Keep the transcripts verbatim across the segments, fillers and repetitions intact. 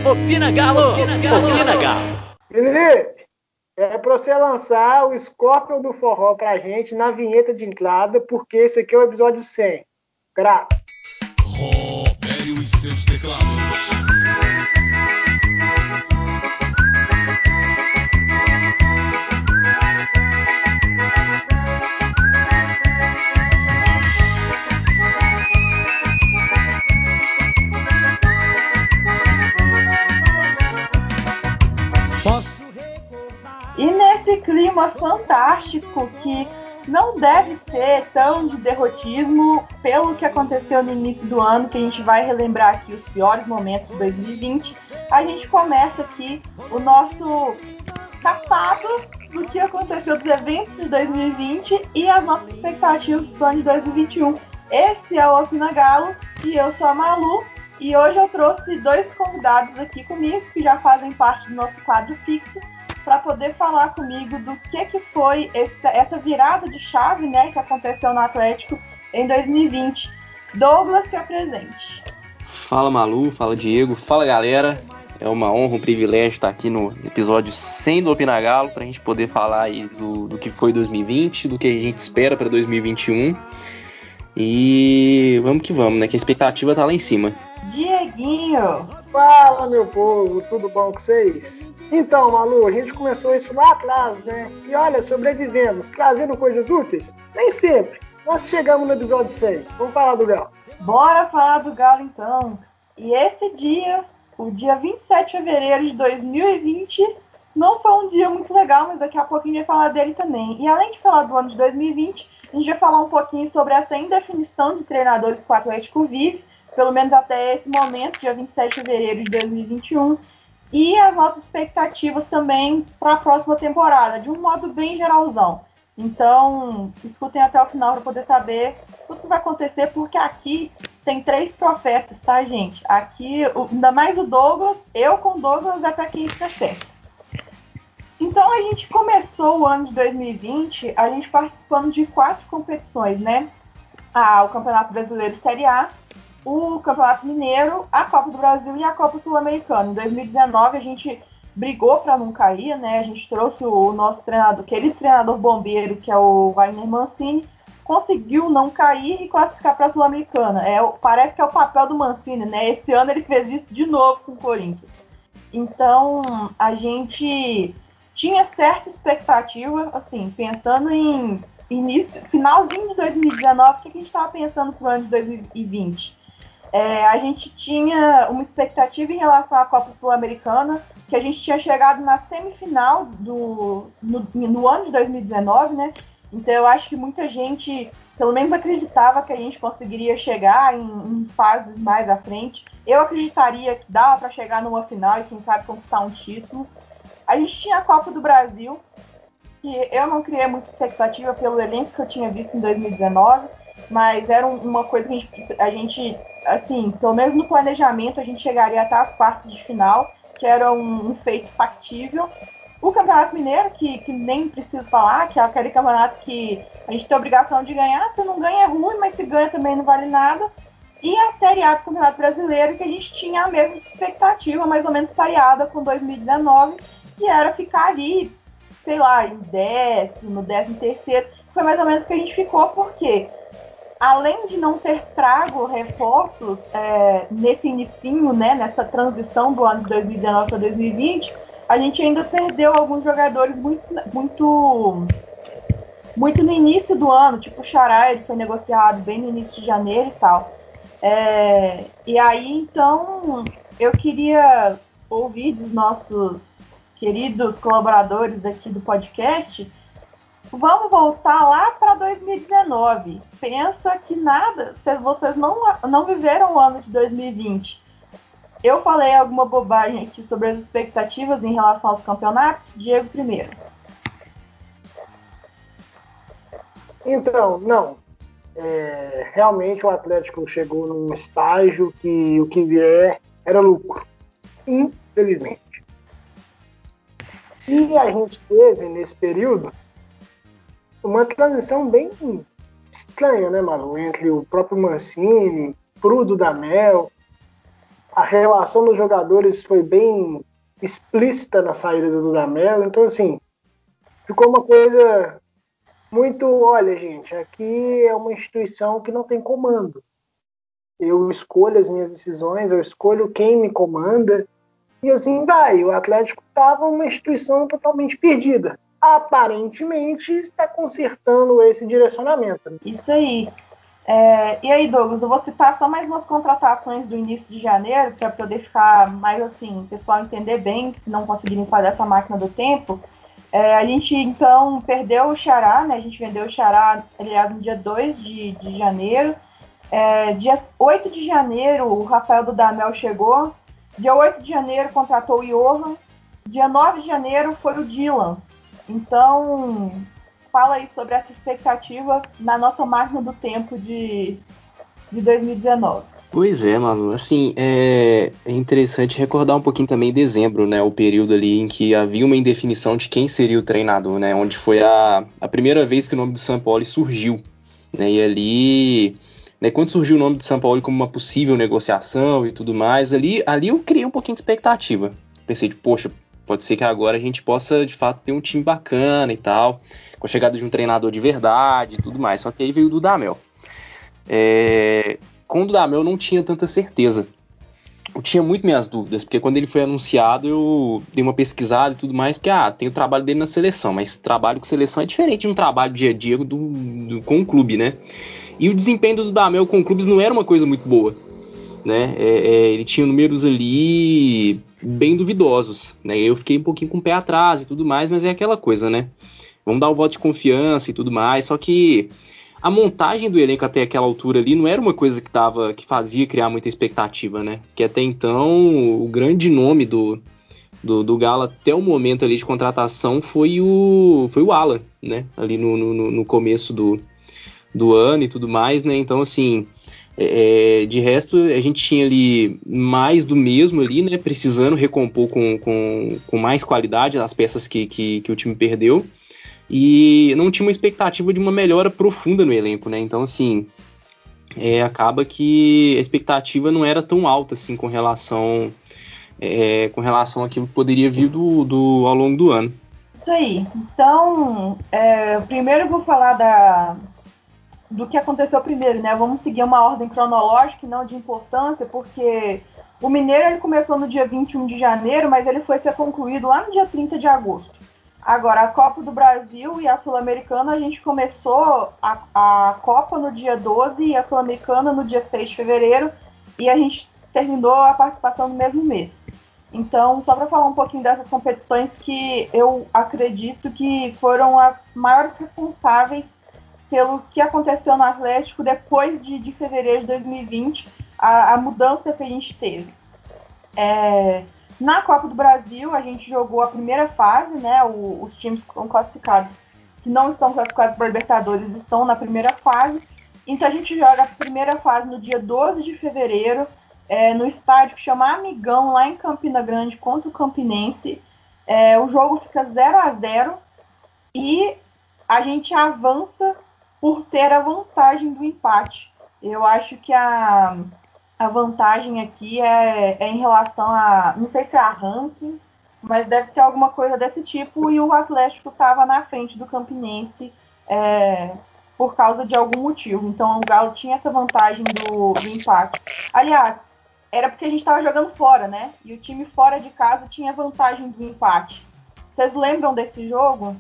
Opina Galo! Opina Galo! Opina Galo! Felipe, é pra você lançar o Scorpion do Forró pra gente na vinheta de entrada, porque esse aqui é o episódio cem. Grava. Robério e seus teclados. E nesse clima fantástico que não deve ser tão de derrotismo pelo que aconteceu no início do ano, que a gente vai relembrar aqui os piores momentos de dois mil e vinte, a gente começa aqui o nosso catado do que aconteceu dos eventos de dois mil e vinte e as nossas expectativas para o ano de dois mil e vinte e um. Esse é o Opina Galo e eu sou a Malu, e hoje eu trouxe dois convidados aqui comigo que já fazem parte do nosso quadro fixo, para poder falar comigo do que, que foi essa, essa virada de chave, né, que aconteceu no Atlético em dois mil e vinte. Douglas, que é presente. Fala Malu, fala Diego, fala galera. É uma honra, um privilégio estar aqui no episódio cem do Opina Galo para a gente poder falar aí do, do que foi dois mil e vinte, do que a gente espera para dois mil e vinte e um. E vamos que vamos, né? Que a expectativa tá lá em cima. Dieguinho! Fala, meu povo, tudo bom com vocês? Então, Malu, a gente começou isso lá atrás, né? E olha, sobrevivemos, trazendo coisas úteis? Nem sempre. Nós chegamos no episódio cem. Vamos falar do Galo. Bora falar do Galo, então. E esse dia, o dia vinte e sete de fevereiro de dois mil e vinte, não foi um dia muito legal, mas daqui a pouco a gente vai falar dele também. E além de falar do ano de dois mil e vinte, a gente vai falar um pouquinho sobre essa indefinição de treinadores que o Atlético vive, pelo menos até esse momento, dia vinte e sete de fevereiro de dois mil e vinte e um, e as nossas expectativas também para a próxima temporada, de um modo bem geralzão. Então, escutem até o final para poder saber tudo que vai acontecer, porque aqui tem três profetas, tá, gente? Aqui, ainda mais o Douglas, eu com o Douglas é para quem está certo. Então, a gente começou o ano de dois mil e vinte, a gente participando de quatro competições, né? Ah, o Campeonato Brasileiro Série A, o Campeonato Mineiro, a Copa do Brasil e a Copa Sul-Americana. Em dois mil e dezenove a gente brigou para não cair, né? A gente trouxe o nosso treinador, querido treinador bombeiro, que é o Wagner Mancini, conseguiu não cair e classificar para a Sul-Americana. É, parece que é o papel do Mancini, né? Esse ano ele fez isso de novo com o Corinthians. Então, a gente tinha certa expectativa, assim, pensando em início, finalzinho de dois mil e dezenove, o que a gente estava pensando para o ano de dois mil e vinte? É, a gente tinha uma expectativa em relação à Copa Sul-Americana, que a gente tinha chegado na semifinal do, no, no ano de dois mil e dezenove, né? Então eu acho que muita gente, pelo menos acreditava que a gente conseguiria chegar em, em fases mais à frente. Eu acreditaria que dava para chegar numa final e quem sabe conquistar um título. A gente tinha a Copa do Brasil, que eu não criei muita expectativa pelo elenco que eu tinha visto em dois mil e dezenove, mas era uma coisa que a gente, a gente, assim, pelo menos no planejamento, a gente chegaria até as quartas de final, que era um, um feito factível. O Campeonato Mineiro, que, que nem preciso falar, que é aquele campeonato que a gente tem a obrigação de ganhar, se não ganha é ruim, mas se ganha também não vale nada. E a Série A do Campeonato Brasileiro, que a gente tinha a mesma expectativa, mais ou menos pareada com dois mil e dezenove, que era ficar ali, sei lá, em décimo, décimo terceiro, foi mais ou menos que a gente ficou, porque além de não ter trago reforços é, nesse inicinho, né, nessa transição do ano de dois mil e dezenove para dois mil e vinte, a gente ainda perdeu alguns jogadores muito, muito, muito no início do ano, tipo o Xará, ele foi negociado bem no início de janeiro e tal. É, e aí, então, eu queria ouvir dos nossos queridos colaboradores aqui do podcast. Vamos voltar lá para dois mil e dezenove. Pensa que nada, se vocês não, não viveram o ano de dois mil e vinte. Eu falei alguma bobagem aqui sobre as expectativas em relação aos campeonatos? Diego primeiro. Então, não. É, realmente o Atlético chegou num estágio que o que vier era lucro. Infelizmente. E a gente teve, nesse período, uma transição bem estranha, né, Malu? Entre o próprio Mancini, pro Dudamel. a relação dos jogadores foi bem explícita na saída do Dudamel. Então, assim, ficou uma coisa muito... Olha, gente, aqui é uma instituição que não tem comando. Eu escolho as minhas decisões, eu escolho quem me comanda. E assim vai. O Atlético estava uma instituição totalmente perdida. Aparentemente está consertando esse direcionamento. Isso aí. É, e aí, Douglas, eu vou citar só mais umas contratações do início de janeiro, para poder ficar mais assim, o pessoal entender bem, se não conseguirem fazer essa máquina do tempo. É, a gente, então, perdeu o Xará, né? A gente vendeu o Xará, aliás, no dia dois de, de janeiro. É, dia oito de janeiro, o Rafael Dudamel chegou. Dia oito de janeiro, contratou o Johan. Dia nove de janeiro, foi o Dylan. Então, fala aí sobre essa expectativa na nossa máquina do tempo de, de dois mil e dezenove. Pois é, Manu. Assim, é, é interessante recordar um pouquinho também dezembro, né? O período ali em que havia uma indefinição de quem seria o treinador, né? Onde foi a, a primeira vez que o nome do Sampaoli surgiu, né? E ali, né, quando surgiu o nome do Sampaoli como uma possível negociação e tudo mais, ali, ali eu criei um pouquinho de expectativa. Pensei, de, poxa, pode ser que agora a gente possa, de fato, ter um time bacana e tal, com a chegada de um treinador de verdade e tudo mais. Só que aí veio o Dudamel. É... Com o Dudamel eu não tinha tanta certeza. Eu tinha muito minhas dúvidas, porque quando ele foi anunciado eu dei uma pesquisada e tudo mais, porque ah, tem o trabalho dele na seleção, mas trabalho com seleção é diferente de um trabalho dia a dia do, do, com o clube, né? E o desempenho do Dudamel com clubes não era uma coisa muito boa, né? É, é, ele tinha números ali bem duvidosos, né? Eu fiquei um pouquinho com o pé atrás e tudo mais, mas é aquela coisa, né? Vamos dar o voto de confiança e tudo mais, só que a montagem do elenco até aquela altura ali não era uma coisa que, tava, que fazia criar muita expectativa, né? Que até então o grande nome do, do, do Galo até o momento ali de contratação foi o, foi o Alan, né? Ali no, no, no começo do, do ano e tudo mais, né? Então, assim, é, de resto a gente tinha ali mais do mesmo ali, né? Precisando recompor com, com, com mais qualidade as peças que, que, que o time perdeu. E não tinha uma expectativa de uma melhora profunda no elenco, né? Então, assim, é, acaba que a expectativa não era tão alta, assim, com relação, é, com relação àquilo que poderia vir do, do, ao longo do ano. Isso aí. Então, é, primeiro eu vou falar da, do que aconteceu primeiro, né? Vamos seguir uma ordem cronológica e não de importância, porque o Mineiro ele começou no dia vinte e um de janeiro, mas ele foi ser concluído lá no dia trinta de agosto. Agora, a Copa do Brasil e a Sul-Americana, a gente começou a, a Copa no dia doze e a Sul-Americana no dia seis de fevereiro, e a gente terminou a participação no mesmo mês. Então, só para falar um pouquinho dessas competições que eu acredito que foram as maiores responsáveis pelo que aconteceu no Atlético depois de, de fevereiro de dois mil e vinte, a, a mudança que a gente teve. É... Na Copa do Brasil, a gente jogou a primeira fase, né? O, os times que estão classificados, que não estão classificados para Libertadores, estão na primeira fase. Então a gente joga a primeira fase no dia doze de fevereiro, é, no estádio que chama Amigão, lá em Campina Grande, contra o Campinense. É, o jogo fica zero a zero e a gente avança por ter a vantagem do empate. Eu acho que a... A vantagem aqui é, é em relação a, não sei se é a ranking, mas deve ter alguma coisa desse tipo, e o Atlético estava na frente do Campinense é, por causa de algum motivo. Então o Galo tinha essa vantagem do, do empate. Aliás, era porque a gente estava jogando fora, né? E o time fora de casa tinha vantagem do empate. Vocês lembram desse jogo?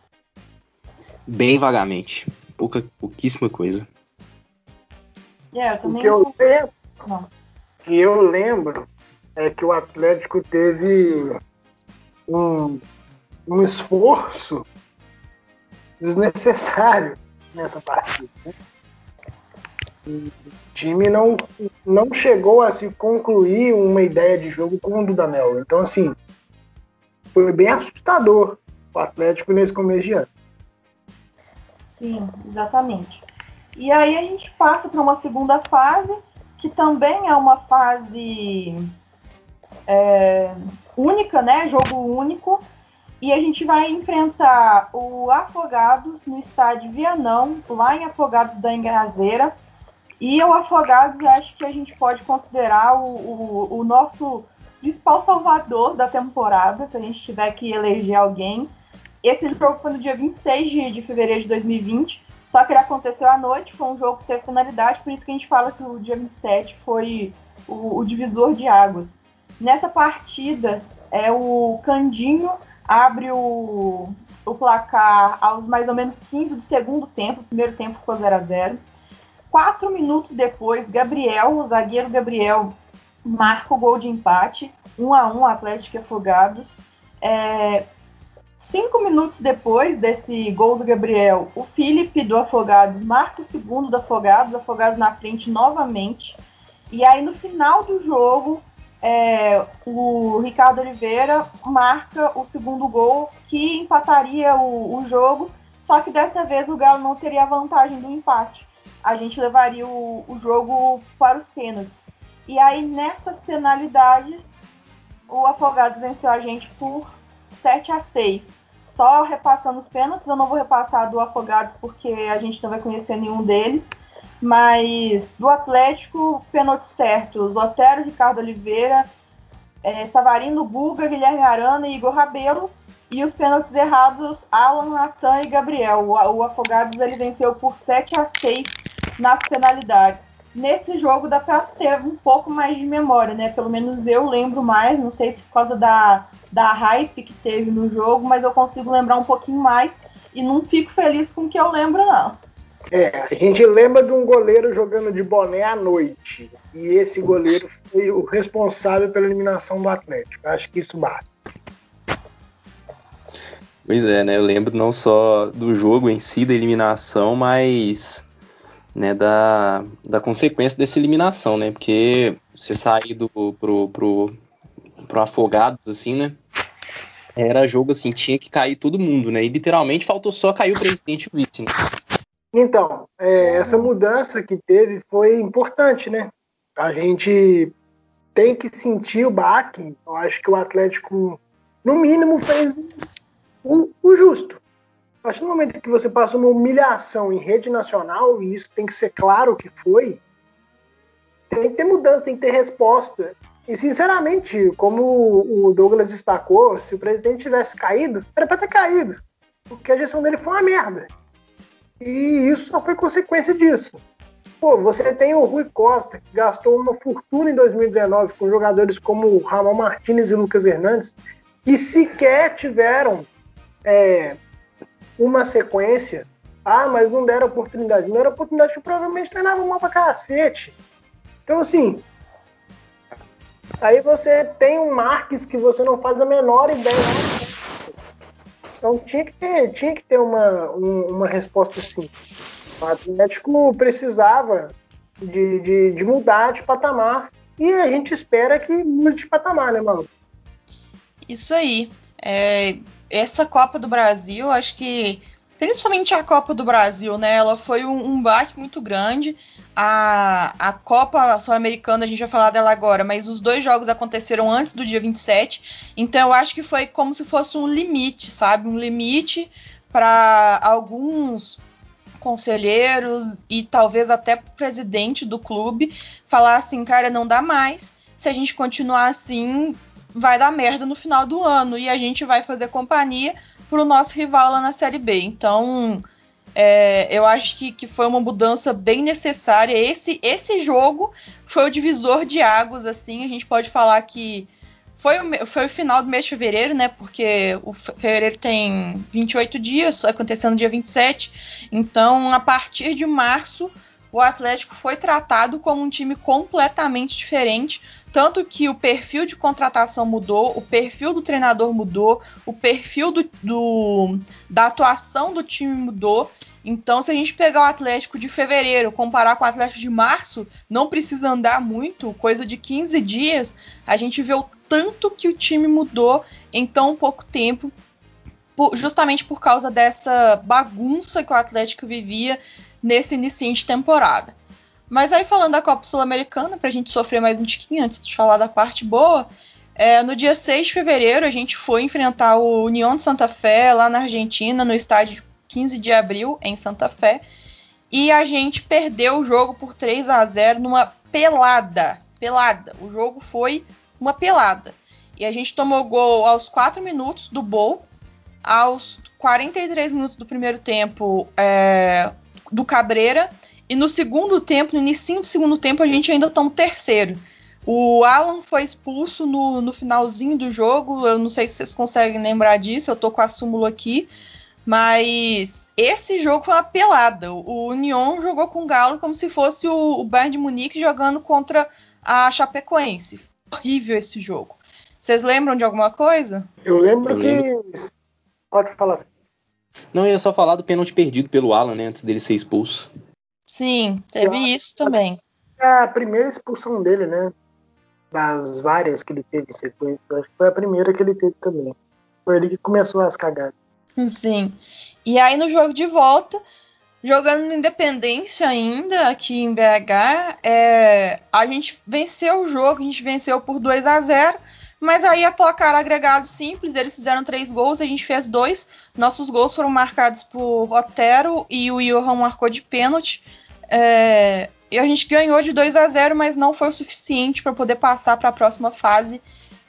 Bem vagamente. Pouca, pouquíssima coisa. É, eu também O que eu lembro, não. que eu lembro é que o Atlético teve um, um esforço desnecessário nessa partida, né? O time não, não chegou a se concluir uma ideia de jogo com o Dudamel. Então, assim, foi bem assustador o Atlético nesse começo de ano. Sim, exatamente. E aí a gente passa para uma segunda fase, que também é uma fase é, única, né? Jogo único. E a gente vai enfrentar o Afogados no estádio Vianão, lá em Afogados da Engazeira. E o Afogados, acho que a gente pode considerar o, o, o nosso principal salvador da temporada, se a gente tiver que eleger alguém. Esse jogo foi no dia vinte e seis de, de fevereiro de dois mil e vinte, só que ele aconteceu à noite, foi um jogo que teve finalidade, por isso que a gente fala que o dia vinte e sete foi o, o divisor de águas. Nessa partida, é, o Candinho abre o, o placar aos mais ou menos quinze do segundo tempo, o primeiro tempo ficou zero a zero. Quatro minutos depois, Gabriel, o zagueiro Gabriel, marca o gol de empate, um a um, Atlético e Afogados. É, cinco minutos depois desse gol do Gabriel, o Felipe do Afogados marca o segundo do Afogados, Afogados na frente novamente. E aí no final do jogo, é, o Ricardo Oliveira marca o segundo gol que empataria o, o jogo, só que dessa vez o Galo não teria a vantagem do empate. A gente levaria o, o jogo para os pênaltis. E aí nessas penalidades, o Afogados venceu a gente por sete a seis. Só repassando os pênaltis, eu não vou repassar do Afogados porque a gente não vai conhecer nenhum deles. Mas do Atlético, pênalti certos, Otero, Ricardo Oliveira, é, Savarino, Guga, Guilherme Arana e Igor Rabelo. E os pênaltis errados, Alan, Natan e Gabriel. O, o Afogados ele venceu por sete a seis nas penalidades. Nesse jogo dá para ter um pouco mais de memória, né? Pelo menos eu lembro mais, não sei se por causa da, da hype que teve no jogo, mas eu consigo lembrar um pouquinho mais e não fico feliz com o que eu lembro, não. É, a gente lembra de um goleiro jogando de boné à noite. E esse goleiro foi o responsável pela eliminação do Atlético. Eu acho que isso basta. Pois é, né? Eu lembro não só do jogo em si, da eliminação, mas né, da, da consequência dessa eliminação, né? Porque você sair do, pro, pro, pro Afogados, assim, né? Era jogo assim, tinha que cair todo mundo, né? E literalmente faltou só cair o presidente e o vice, né? Então, é, essa mudança que teve foi importante, né? A gente tem que sentir o baque. Eu acho que o Atlético, no mínimo, fez o, o justo. A partir do momento que você passa uma humilhação em rede nacional, e isso tem que ser claro que foi, tem que ter mudança, tem que ter resposta. E, sinceramente, como o Douglas destacou, se o presidente tivesse caído, era para ter caído. Porque a gestão dele foi uma merda. E isso só foi consequência disso. Pô, você tem o Rui Costa, que gastou uma fortuna em dois mil e dezenove com jogadores como Ramon Martínez e Lucas Hernandes, que sequer tiveram é, uma sequência. Ah, mas não deram oportunidade. Não deram oportunidade porque provavelmente treinava mal pra cacete. Então, assim, aí você tem um Marques que você não faz a menor ideia. Então tinha que ter, tinha que ter uma, um, uma resposta sim. O Atlético precisava de, de, de mudar de patamar. E a gente espera que mude de patamar, né, mano? Isso aí. É, essa Copa do Brasil, acho que principalmente a Copa do Brasil, né? Ela foi um, um baque muito grande. A, a Copa Sul-Americana, a gente vai falar dela agora, mas os dois jogos aconteceram antes do dia vinte e sete. Então eu acho que foi como se fosse um limite, sabe? Um limite para alguns conselheiros e talvez até o presidente do clube falar assim, cara, não dá mais. Se a gente continuar assim, vai dar merda no final do ano e a gente vai fazer companhia pro nosso rival lá na Série B. Então, é, eu acho que, que foi uma mudança bem necessária. Esse, esse jogo foi o divisor de águas, assim, a gente pode falar que foi o, foi o final do mês de fevereiro, né? Porque o fevereiro tem vinte e oito dias, acontecendo no dia vinte e sete. Então, a partir de março, o Atlético foi tratado como um time completamente diferente. Tanto que o perfil de contratação mudou, o perfil do treinador mudou, o perfil do, do, da atuação do time mudou. Então, se a gente pegar o Atlético de fevereiro, comparar com o Atlético de março, não precisa andar muito, coisa de quinze dias, a gente vê o tanto que o time mudou em tão pouco tempo, por, justamente por causa dessa bagunça que o Atlético vivia nesse início de temporada. Mas aí falando da Copa Sul-Americana, pra gente sofrer mais um tiquinho antes de falar da parte boa, é, no dia seis de fevereiro a gente foi enfrentar o União de Santa Fé lá na Argentina, no estádio quinze de abril, em Santa Fé. e a gente perdeu o jogo por três a zero numa pelada. Pelada. O jogo foi uma pelada. E a gente tomou gol aos quatro minutos do Bol, aos quarenta e três minutos do primeiro tempo é, do Cabreira, e no segundo tempo, no início do segundo tempo, a gente ainda toma o terceiro. O Alan foi expulso no, no finalzinho do jogo, eu não sei se vocês conseguem lembrar disso, eu tô com a súmula aqui, mas esse jogo foi uma pelada. O Union jogou com o Galo como se fosse o, o Bayern de Munique jogando contra a Chapecoense. Horrível esse jogo. Vocês lembram de alguma coisa? Eu lembro Eu que... lembro. Pode falar. Não, eu ia só falar do pênalti perdido pelo Alan, né, antes dele ser expulso. Sim, teve isso também. É a primeira expulsão dele, né? Das várias que ele teve em sequência. Acho que foi a primeira que ele teve também. Foi ele que começou as cagadas. Sim. E aí no jogo de volta, jogando no Independência ainda, aqui em B H, é, a gente venceu o jogo, a gente venceu por dois a zero, mas aí a placar agregado simples, eles fizeram três gols, a gente fez dois. Nossos gols foram marcados por Otero e o Johan marcou de pênalti. É, e a gente ganhou de dois a zero, mas não foi o suficiente para poder passar para a próxima fase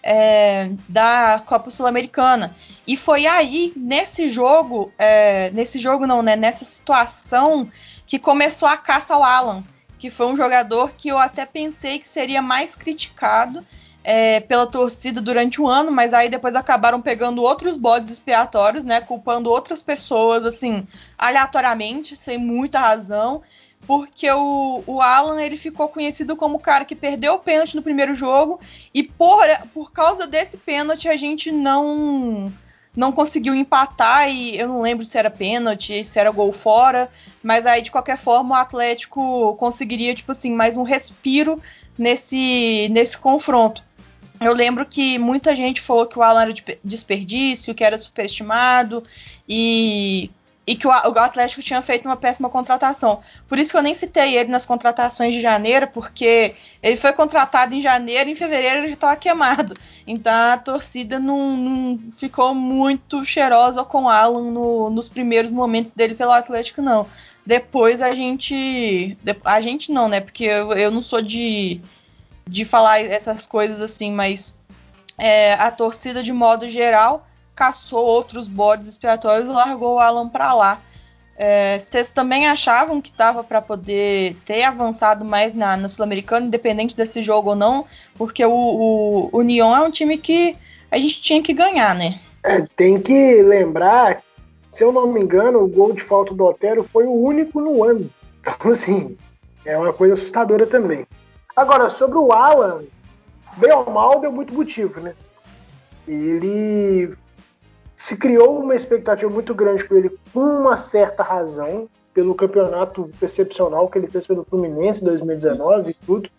é, da Copa Sul-Americana. E foi aí, nesse jogo, é, nesse jogo não, né, nessa situação, que começou a caça ao Alan, que foi um jogador que eu até pensei que seria mais criticado é, pela torcida durante o ano, mas aí depois acabaram pegando outros bodes expiatórios, né, culpando outras pessoas, assim, aleatoriamente, sem muita razão, porque o, o Alan ele ficou conhecido como o cara que perdeu o pênalti no primeiro jogo e por, por causa desse pênalti a gente não, não conseguiu empatar e eu não lembro se era pênalti, se era gol fora, mas aí de qualquer forma o Atlético conseguiria tipo assim, mais um respiro nesse, nesse confronto. Eu lembro que muita gente falou que o Alan era desperdício, que era superestimado e... e que o Atlético tinha feito uma péssima contratação. Por isso que eu nem citei ele nas contratações de janeiro, porque ele foi contratado em janeiro e em fevereiro ele já estava queimado. Então a torcida não, não ficou muito cheirosa com o Alan no, nos primeiros momentos dele pelo Atlético, não. Depois a gente... A gente não, né? Porque eu, eu não sou de, de falar essas coisas assim, mas é, a torcida, de modo geral, caçou outros bodes expiatórios e largou o Alan para lá. É, vocês também achavam que estava para poder ter avançado mais na, na Sul-Americana, independente desse jogo ou não? Porque o, o, o Union é um time que a gente tinha que ganhar, né? É, tem que lembrar, se eu não me engano, o gol de falta do Otero foi o único no ano. Então, assim, é uma coisa assustadora também. Agora, sobre o Alan, bem ou mal, deu muito motivo, né? Ele se criou uma expectativa muito grande com ele, com uma certa razão, pelo campeonato excepcional que ele fez pelo Fluminense em dois mil e dezenove e tudo.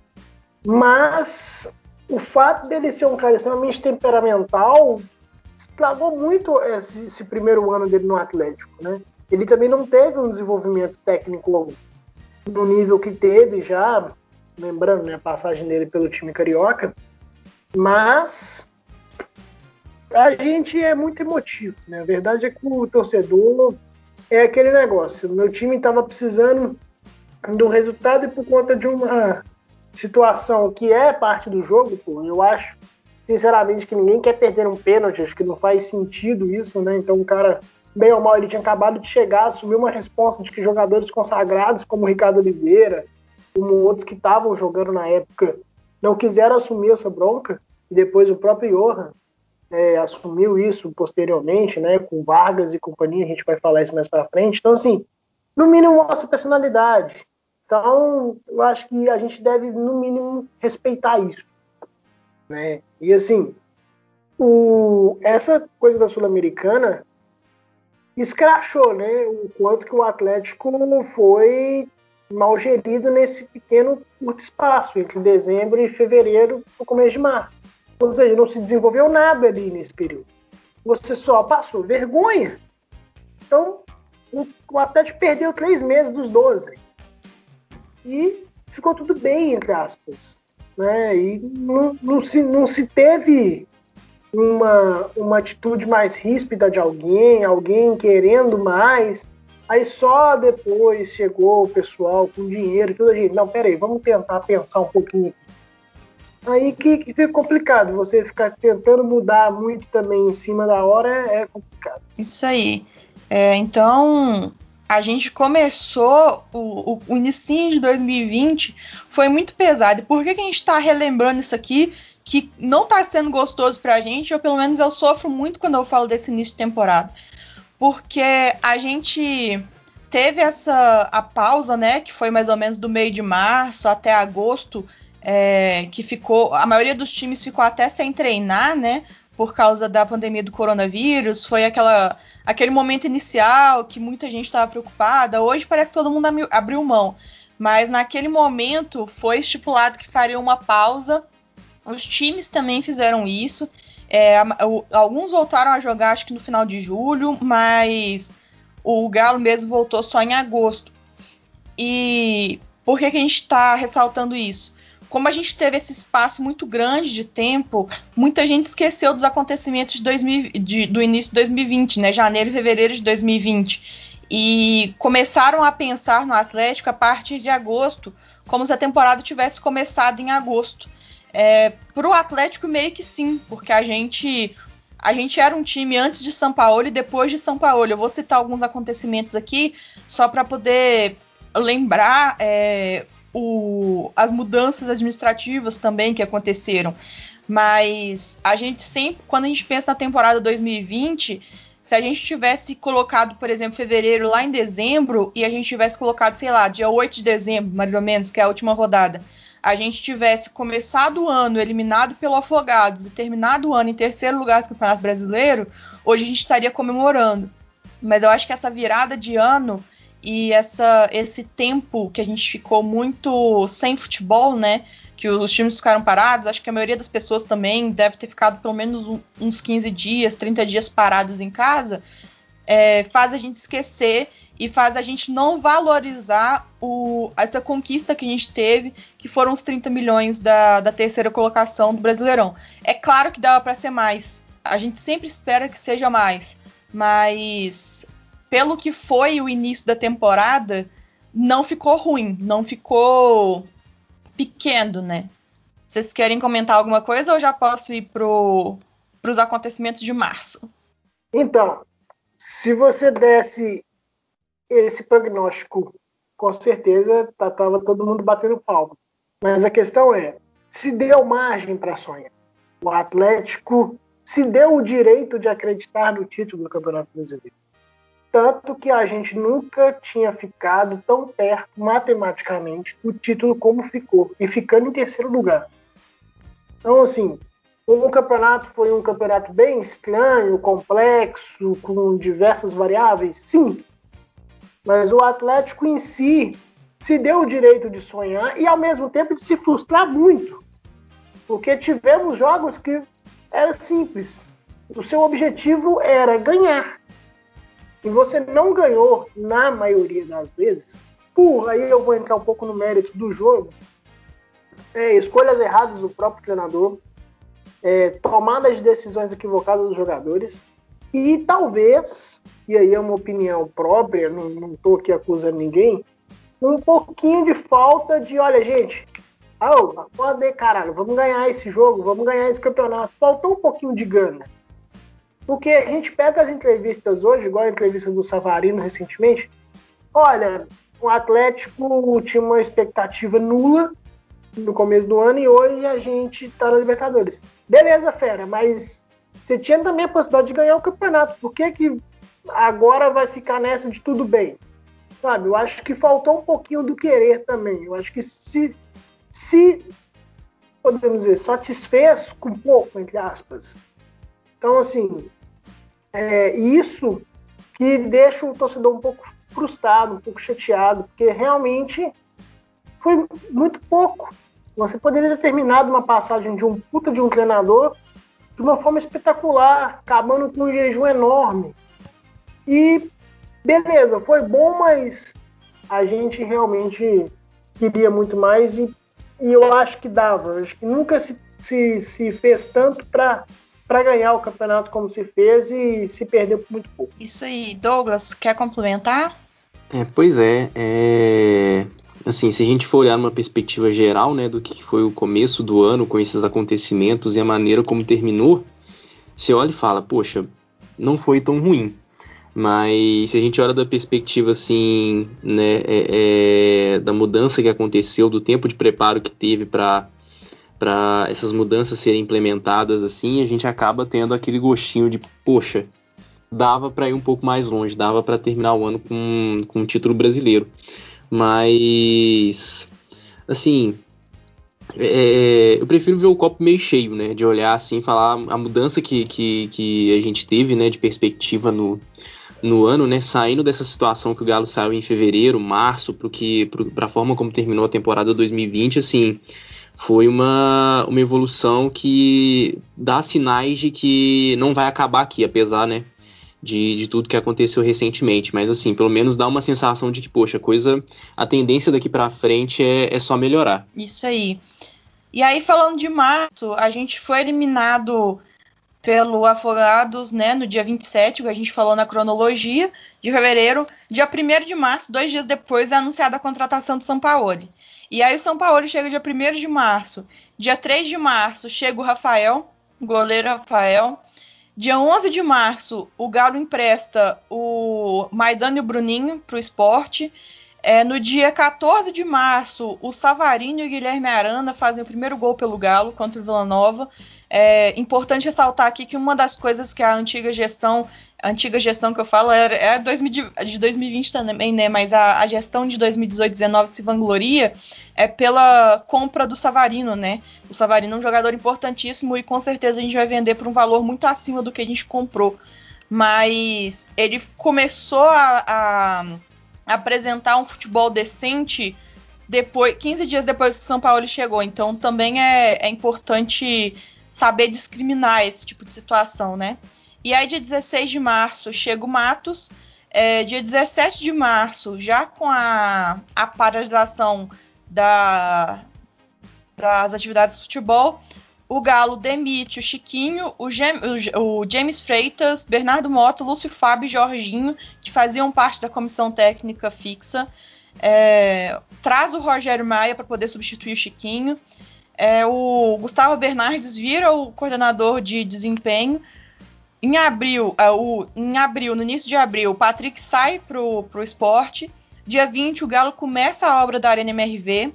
Mas o fato dele ser um cara extremamente temperamental estragou muito esse, esse primeiro ano dele no Atlético, né? Ele também não teve um desenvolvimento técnico no nível que teve já, lembrando, né, a passagem dele pelo time carioca, mas a gente é muito emotivo, né? A verdade é que o torcedor é aquele negócio. O meu time estava precisando do resultado e por conta de uma situação que é parte do jogo, pô, eu acho, sinceramente, que ninguém quer perder um pênalti, acho que não faz sentido isso, né? Então o cara, bem ou mal, ele tinha acabado de chegar, assumiu uma responsa de que jogadores consagrados como o Ricardo Oliveira, como outros que estavam jogando na época, não quiseram assumir essa bronca, e depois o próprio Johan é, assumiu isso posteriormente, né, com Vargas e companhia, a gente vai falar isso mais para frente. Então, assim, no mínimo mostra personalidade. Então, eu acho que a gente deve, no mínimo, respeitar isso, né? E, assim, o, essa coisa da Sul-Americana escrachou, né, o quanto que o Atlético foi mal gerido nesse pequeno curto espaço entre dezembro e fevereiro, no começo de março. Ou seja, não se desenvolveu nada ali nesse período. Você só passou vergonha. Então, o Atlético perdeu três meses dos doze. E ficou tudo bem, entre aspas. Né? E não, não, se, não se teve uma, uma atitude mais ríspida de alguém, alguém querendo mais. Aí só depois chegou o pessoal com dinheiro e tudo, a gente, não, peraí, vamos tentar pensar um pouquinho aqui. Aí que, que fica complicado, você ficar tentando mudar muito também em cima da hora é complicado. Isso aí. É, então, a gente começou, o, o, o inicinho de dois mil e vinte foi muito pesado. E por que, que a gente está relembrando isso aqui, que não está sendo gostoso pra gente, ou pelo menos eu sofro muito quando eu falo desse início de temporada? Porque a gente teve essa a pausa, né, que foi mais ou menos do meio de março até agosto, é, que ficou, a maioria dos times ficou até sem treinar, né, por causa da pandemia do coronavírus. Foi aquela, aquele momento inicial que muita gente estava preocupada. Hoje parece que todo mundo abriu mão, mas naquele momento foi estipulado que faria uma pausa. Os times também fizeram isso. É, alguns voltaram a jogar, acho que no final de julho, mas o Galo mesmo voltou só em agosto. E por que, que a gente está ressaltando isso? Como a gente teve esse espaço muito grande de tempo, muita gente esqueceu dos acontecimentos de dois mil, de, do início de dois mil e vinte, né? Janeiro e fevereiro de dois mil e vinte. E começaram a pensar no Atlético a partir de agosto, como se a temporada tivesse começado em agosto. É, para o Atlético meio que sim, porque a gente, a gente era um time antes de São Paulo e depois de São Paulo. Eu vou citar alguns acontecimentos aqui só para poder lembrar é, o, as mudanças administrativas também que aconteceram. Mas a gente sempre, quando a gente pensa na temporada dois mil e vinte, se a gente tivesse colocado, por exemplo, fevereiro lá em dezembro e a gente tivesse colocado, sei lá, dia oito de dezembro, mais ou menos, que é a última rodada, a gente tivesse começado o ano eliminado pelo Afogados e terminado o ano em terceiro lugar do Campeonato Brasileiro, hoje a gente estaria comemorando. Mas eu acho que essa virada de ano e essa, esse tempo que a gente ficou muito sem futebol, né, que os times ficaram parados, acho que a maioria das pessoas também deve ter ficado pelo menos uns quinze dias, trinta dias paradas em casa, é, faz a gente esquecer e faz a gente não valorizar o, essa conquista que a gente teve, que foram os trinta milhões da, da terceira colocação do Brasileirão. É claro que dava para ser mais, a gente sempre espera que seja mais, mas pelo que foi o início da temporada, não ficou ruim, não ficou pequeno, né? Vocês querem comentar alguma coisa ou já posso ir para os acontecimentos de março? Então, se você desse esse prognóstico, com certeza estava todo mundo batendo palma. Mas a questão é, se deu margem para sonhar. O Atlético se deu o direito de acreditar no título do Campeonato Brasileiro. Tanto que a gente nunca tinha ficado tão perto, matematicamente, do título como ficou. E ficando em terceiro lugar. Então, assim, o campeonato foi um campeonato bem estranho, complexo, com diversas variáveis, sim. Mas o Atlético em si se deu o direito de sonhar e, ao mesmo tempo, de se frustrar muito. Porque tivemos jogos que era simples. O seu objetivo era ganhar. E você não ganhou, na maioria das vezes, por, aí eu vou entrar um pouco no mérito do jogo, é, escolhas erradas do próprio treinador, é, tomadas de decisões equivocadas dos jogadores, e talvez, e aí é uma opinião própria, não estou aqui acusando ninguém, um pouquinho de falta de, olha gente, oh, acorda aí caralho, vamos ganhar esse jogo, vamos ganhar esse campeonato. Faltou um pouquinho de gana. Porque a gente pega as entrevistas hoje, igual a entrevista do Savarino recentemente, olha, o Atlético tinha uma expectativa nula no começo do ano e hoje a gente tá na Libertadores. Beleza, fera, mas você tinha também a possibilidade de ganhar o campeonato. Por que que agora vai ficar nessa de tudo bem? Sabe, eu acho que faltou um pouquinho do querer também. Eu acho que se, se podemos dizer, satisfez com pouco, entre aspas. Então, assim, é isso que deixa o torcedor um pouco frustrado, um pouco chateado, porque realmente foi muito pouco. Você poderia ter terminado uma passagem de um puta de um treinador de uma forma espetacular, acabando com um jejum enorme. E beleza, foi bom, mas a gente realmente queria muito mais e, e eu acho que dava. Eu acho que nunca se, se, se fez tanto para para ganhar o campeonato como se fez e se perdeu por muito pouco. Isso aí, Douglas, quer complementar? É, pois é, é, assim, se a gente for olhar numa perspectiva geral, né, do que foi o começo do ano com esses acontecimentos e a maneira como terminou, você olha e fala, poxa, não foi tão ruim. Mas se a gente olha da perspectiva, assim, né, é, é, da mudança que aconteceu, do tempo de preparo que teve para para essas mudanças serem implementadas, assim, a gente acaba tendo aquele gostinho de, poxa, dava para ir um pouco mais longe, dava para terminar o ano com, com um título brasileiro. Mas, assim, é, eu prefiro ver o copo meio cheio, né? De olhar assim, falar a mudança que, que, que a gente teve, né? De perspectiva no, no ano, né? Saindo dessa situação que o Galo saiu em fevereiro, março, para a forma como terminou a temporada dois mil e vinte, assim, foi uma, uma evolução que dá sinais de que não vai acabar aqui, apesar, né? De, de tudo que aconteceu recentemente, mas assim, pelo menos dá uma sensação de que, poxa, a coisa, a tendência daqui pra frente é, é só melhorar. Isso aí. E aí, falando de março, a gente foi eliminado pelo Afogados, né, no dia vinte e sete, que a gente falou na cronologia, de fevereiro. Dia primeiro de março, dois dias depois, é anunciada a contratação do Sampaoli. E aí o Sampaoli chega dia primeiro de março. Dia três de março chega o Rafael, o goleiro Rafael. Dia onze de março, o Galo empresta o Maidana e o Bruninho para o Sport. É, no dia quatorze de março, o Savarino e o Guilherme Arana fazem o primeiro gol pelo Galo contra o Vila Nova. É importante ressaltar aqui que uma das coisas que a antiga gestão, a antiga gestão que eu falo é, é dois mil, de dois mil e vinte também, né? Mas a, a gestão de dois mil e dezoito, dezenove se vangloria é pela compra do Savarino, né? O Savarino é um jogador importantíssimo e com certeza a gente vai vender por um valor muito acima do que a gente comprou. Mas ele começou a, a apresentar um futebol decente depois, quinze dias depois que o São Paulo chegou. Então também é, é importante saber discriminar esse tipo de situação, né? E aí, dia dezesseis de março, chega o Matos. É, dia dezessete de março, já com a, a paralisação da, das atividades de futebol, o Galo demite o Chiquinho, o, Gem, o, o James Freitas, Bernardo Mota, Lúcio Fábio e Jorginho, que faziam parte da comissão técnica fixa. É, traz o Rogério Maia para poder substituir o Chiquinho. É, o Gustavo Bernardes vira o coordenador de desempenho. Em abril, é, o, em abril, no início de abril, o Patrick sai pro, pro esporte. Dia vinte, o Galo começa a obra da Arena M R V.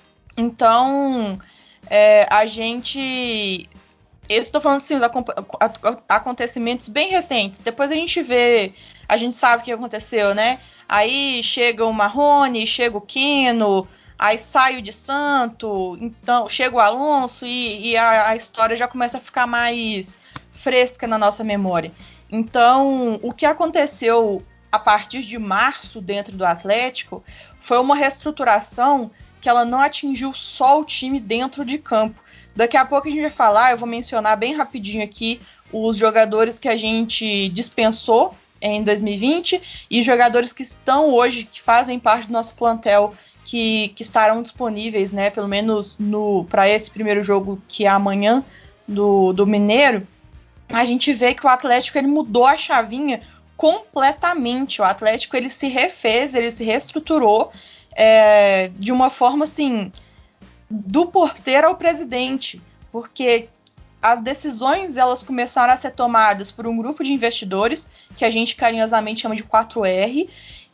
Então, é, a gente... Eu estou falando assim, dos acontecimentos bem recentes. Depois a gente vê, a gente sabe o que aconteceu, né? Aí chega o Marrone, chega o Keno, aí sai o de Santo, então chega o Alonso e, e a, a história já começa a ficar mais fresca na nossa memória. Então, o que aconteceu a partir de março dentro do Atlético foi uma reestruturação que ela não atingiu só o time dentro de campo. Daqui a pouco a gente vai falar, eu vou mencionar bem rapidinho aqui os jogadores que a gente dispensou em dois mil e vinte e jogadores que estão hoje, que fazem parte do nosso plantel, que, que estarão disponíveis, né, pelo menos para esse primeiro jogo que é amanhã do, do Mineiro. A gente vê que o Atlético ele mudou a chavinha completamente. O Atlético ele se refez, ele se reestruturou é, de uma forma assim, do porteiro ao presidente, porque as decisões elas começaram a ser tomadas por um grupo de investidores, que a gente carinhosamente chama de quatro R,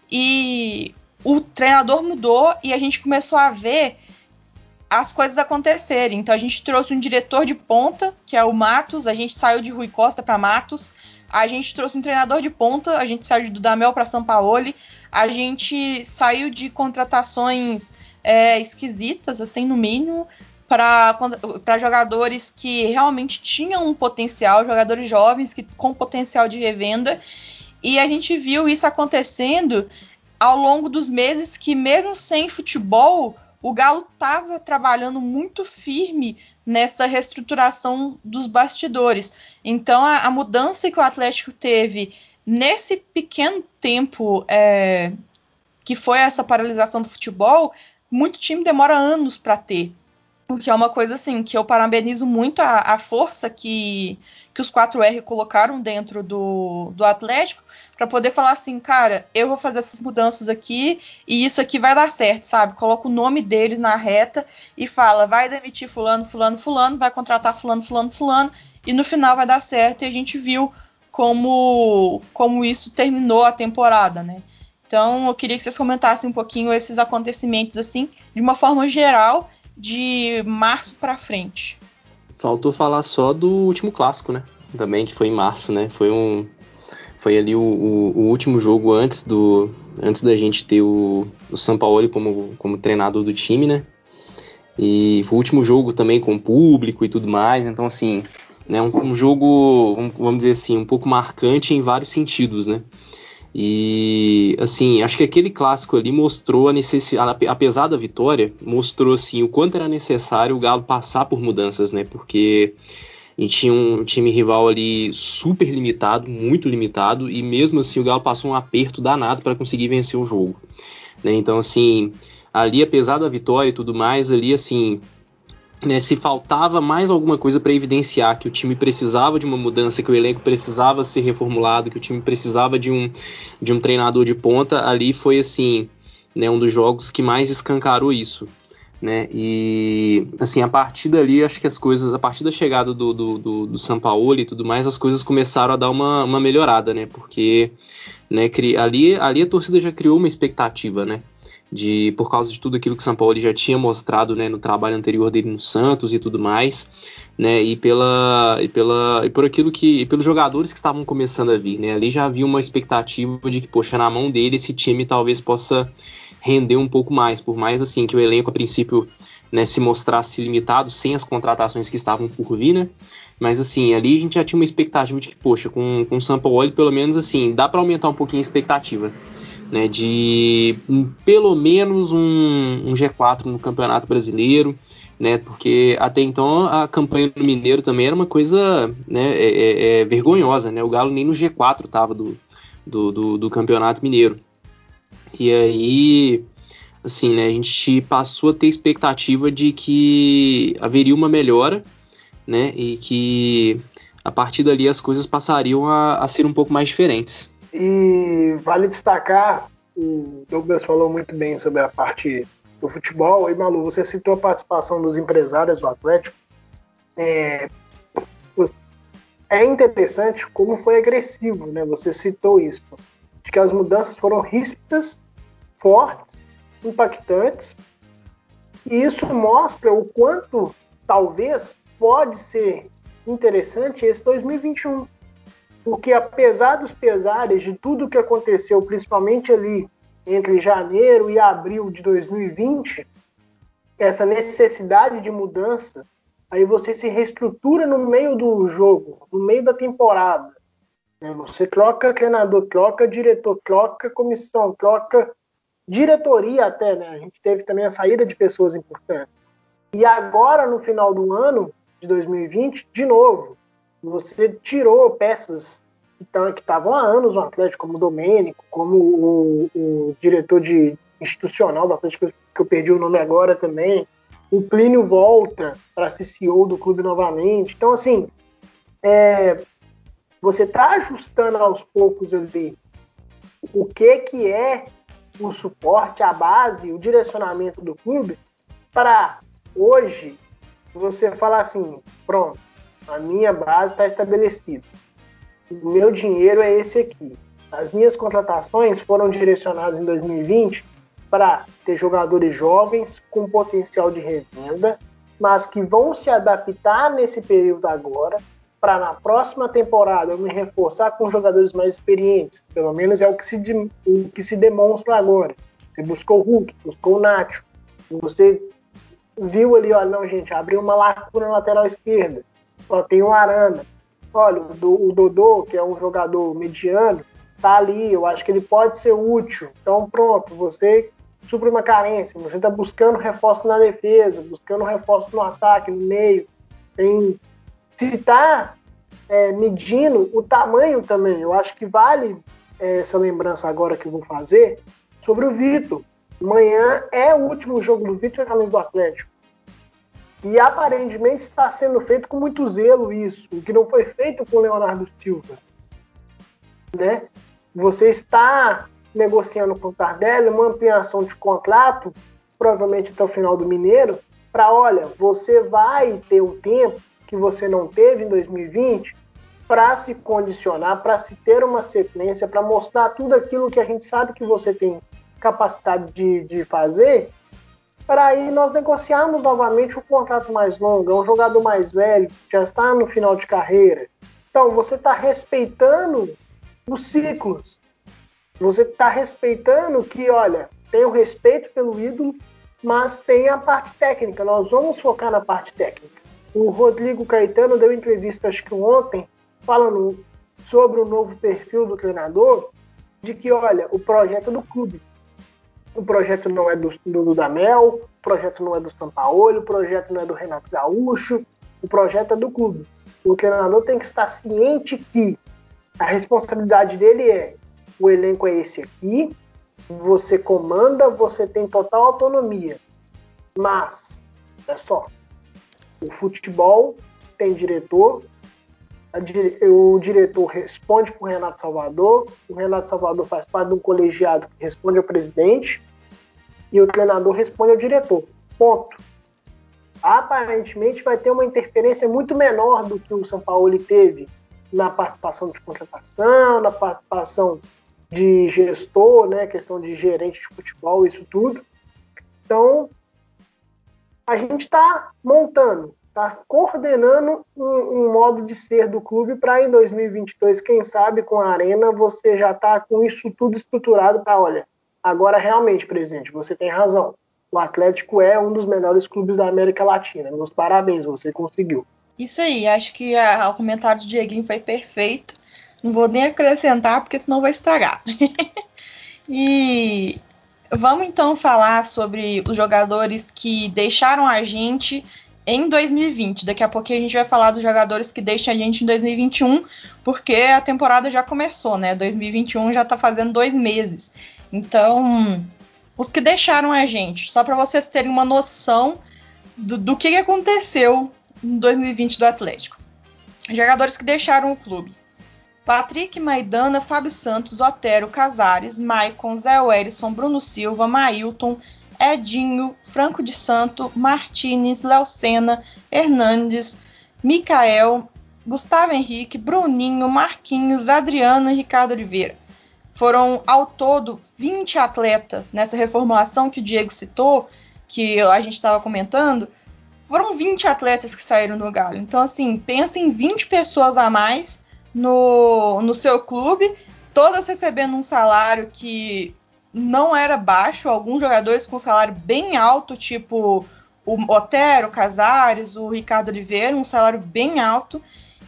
e o treinador mudou e a gente começou a ver as coisas acontecerem. Então a gente trouxe um diretor de ponta, que é o Matos, a gente saiu de Rui Costa para Matos, a gente trouxe um treinador de ponta, a gente saiu do Dudamel para Sampaoli, a gente saiu de contratações é, esquisitas, assim, no mínimo, para jogadores que realmente tinham um potencial, jogadores jovens que, com potencial de revenda, e a gente viu isso acontecendo ao longo dos meses que, mesmo sem futebol, o Galo estava trabalhando muito firme nessa reestruturação dos bastidores. Então, a, a mudança que o Atlético teve nesse pequeno tempo é, que foi essa paralisação do futebol, muito time demora anos para ter. Porque é uma coisa assim que eu parabenizo muito a, a força que, que os quatro R colocaram dentro do, do Atlético para poder falar assim, cara, eu vou fazer essas mudanças aqui e isso aqui vai dar certo, sabe? Coloca o nome deles na reta e fala, vai demitir fulano, fulano, fulano, vai contratar fulano, fulano, fulano e no final vai dar certo e a gente viu como, como isso terminou a temporada, né? Então eu queria que vocês comentassem um pouquinho esses acontecimentos assim, de uma forma geral, de março pra frente. Faltou falar só do último clássico, né? Também, que foi em março, né? Foi um. Foi ali o, o, o último jogo antes do. Antes da gente ter o, o Sampaoli como, como treinador do time, né? E foi o último jogo também com o público e tudo mais. Então, assim, né, um, um jogo, um, vamos dizer assim, um pouco marcante em vários sentidos, né? E, assim, acho que aquele clássico ali mostrou a necessidade, apesar da vitória, mostrou, assim, o quanto era necessário o Galo passar por mudanças, né? Porque a gente tinha um time rival ali super limitado, muito limitado, e mesmo assim o Galo passou um aperto danado para conseguir vencer o jogo, né? Então, assim, ali, apesar da vitória e tudo mais, ali, assim, né, se faltava mais alguma coisa para evidenciar que o time precisava de uma mudança, que o elenco precisava ser reformulado, que o time precisava de um, de um treinador de ponta, ali foi assim, né, um dos jogos que mais escancarou isso, né? E assim, a partir dali, acho que as coisas, a partir da chegada do, do, do, do Sampaoli e tudo mais, as coisas começaram a dar uma, uma melhorada, né? Porque, né, ali, ali a torcida já criou uma expectativa, né? De, por causa de tudo aquilo que o Sampaoli já tinha mostrado, né, no trabalho anterior dele no Santos e tudo mais, né, e, pela, e, pela, e por aquilo que, e pelos jogadores que estavam começando a vir, né, ali já havia uma expectativa de que, poxa, na mão dele esse time talvez possa render um pouco mais, por mais assim que o elenco a princípio, né, se mostrasse limitado sem as contratações que estavam por vir, né, mas assim, ali a gente já tinha uma expectativa de que, poxa, com, com o Sampaoli pelo menos assim, dá para aumentar um pouquinho a expectativa, né, de um, pelo menos um, um G quatro no Campeonato Brasileiro, né, porque até então a campanha do Mineiro também era uma coisa, né, é, é, é vergonhosa, né, o Galo nem no G quatro estava do, do, do, do Campeonato Mineiro. E aí, assim, né, a gente passou a ter expectativa de que haveria uma melhora, né, e que a partir dali as coisas passariam a, a ser um pouco mais diferentes. E vale destacar, o Douglas falou muito bem sobre a parte do futebol, e Malu, você citou a participação dos empresários do Atlético. É, é interessante como foi agressivo, né? Você citou isso. Acho que as mudanças foram ríspidas, fortes, impactantes, e isso mostra o quanto talvez pode ser interessante esse dois mil e vinte e um. Porque apesar dos pesares de tudo que aconteceu, principalmente ali entre janeiro e abril de dois mil e vinte, essa necessidade de mudança, aí você se reestrutura no meio do jogo, no meio da temporada. Você troca treinador, troca diretor, troca comissão, troca diretoria até, né? A gente teve também a saída de pessoas importantes. E agora, no final do ano de dois mil e vinte, de novo, você tirou peças que estavam há anos no Atlético, como o Domênico, como o, o diretor de institucional do Atlético, que eu perdi o nome agora também. O Plínio volta para ser C E O do clube novamente. Então, assim, é, você está ajustando aos poucos ali o que, que é o suporte, a base, o direcionamento do clube, para hoje você falar assim, pronto, a minha base está estabelecida. O meu dinheiro é esse aqui. As minhas contratações foram direcionadas em dois mil e vinte para ter jogadores jovens com potencial de revenda, mas que vão se adaptar nesse período agora, para na próxima temporada eu me reforçar com jogadores mais experientes. Pelo menos é o que se, o que se demonstra agora. Você buscou o Hulk, buscou o Nacho, você viu ali, olha, não, gente, abriu uma lacuna na lateral esquerda, só tem o Arana. Olha, o Dodô, que é um jogador mediano, tá ali, eu acho que ele pode ser útil. Então, pronto, você supre uma carência, você está buscando reforço na defesa, buscando reforço no ataque, no meio. Tem, se está é, medindo o tamanho também, eu acho que vale é, essa lembrança agora que eu vou fazer sobre o Vitor. Amanhã é o último jogo do Vitor na camisa do Atlético. E aparentemente está sendo feito com muito zelo isso, o que não foi feito com o Leonardo Silva. Né? Você está negociando com o Tardelli uma ampliação de contrato, provavelmente até o final do Mineiro, para, olha, você vai ter um tempo que você não teve em dois mil e vinte para se condicionar, para se ter uma sequência, para mostrar tudo aquilo que a gente sabe que você tem capacidade de, de fazer, para aí nós negociarmos novamente um contrato mais longo, é um jogador mais velho, já está no final de carreira. Então, você está respeitando os ciclos. Você está respeitando que, olha, tem o respeito pelo ídolo, mas tem a parte técnica. Nós vamos focar na parte técnica. O Rodrigo Caetano deu entrevista, acho que ontem, falando sobre o novo perfil do treinador, de que, olha, o projeto é do clube. O projeto não é do, do Dudamel, o projeto não é do Sampaoli, o projeto não é do Renato Gaúcho, o projeto é do clube. O treinador tem que estar ciente que a responsabilidade dele é: o elenco é esse aqui, você comanda, você tem total autonomia. Mas, é só, o futebol tem diretor, a, o diretor responde para o Renato Salvador, o Renato Salvador faz parte de um colegiado que responde ao presidente, e o treinador responde ao diretor. Ponto. Aparentemente vai ter uma interferência muito menor do que o Sampaoli teve na participação de contratação, na participação de gestor, né, questão de gerente de futebol, isso tudo. Então, a gente está montando, está coordenando um, um modo de ser do clube para em dois mil e vinte e dois, quem sabe, com a Arena, você já está com isso tudo estruturado para, olha, agora realmente, presidente, você tem razão. O Atlético é um dos melhores clubes da América Latina. Meus parabéns, você conseguiu. Isso aí, acho que a, o comentário do Dieguinho foi perfeito. Não vou nem acrescentar, porque senão vai estragar. E vamos então falar sobre os jogadores que deixaram a gente em dois mil e vinte. Daqui a pouquinho a gente vai falar dos jogadores que deixam a gente em dois mil e vinte e um, porque a temporada já começou, né? dois mil e vinte e um já tá fazendo dois meses. Então, os que deixaram a gente, só para vocês terem uma noção do, do que aconteceu em dois mil e vinte do Atlético. Jogadores que deixaram o clube: Patrick, Maidana, Fábio Santos, Otero, Casares, Maicon, Zé Wellison, Bruno Silva, Mailton, Edinho, Franco de Santo, Martínez, Léo Senna, Hernandes, Micael, Gustavo Henrique, Bruninho, Marquinhos, Adriano e Ricardo Oliveira. Foram, ao todo, vinte atletas nessa reformulação que o Diego citou, que a gente estava comentando. Foram vinte atletas que saíram do Galo. Então, assim, pensa em vinte pessoas a mais no, no seu clube, todas recebendo um salário que não era baixo, alguns jogadores com salário bem alto, tipo o Otero, o Casares, o Ricardo Oliveira, um salário bem alto.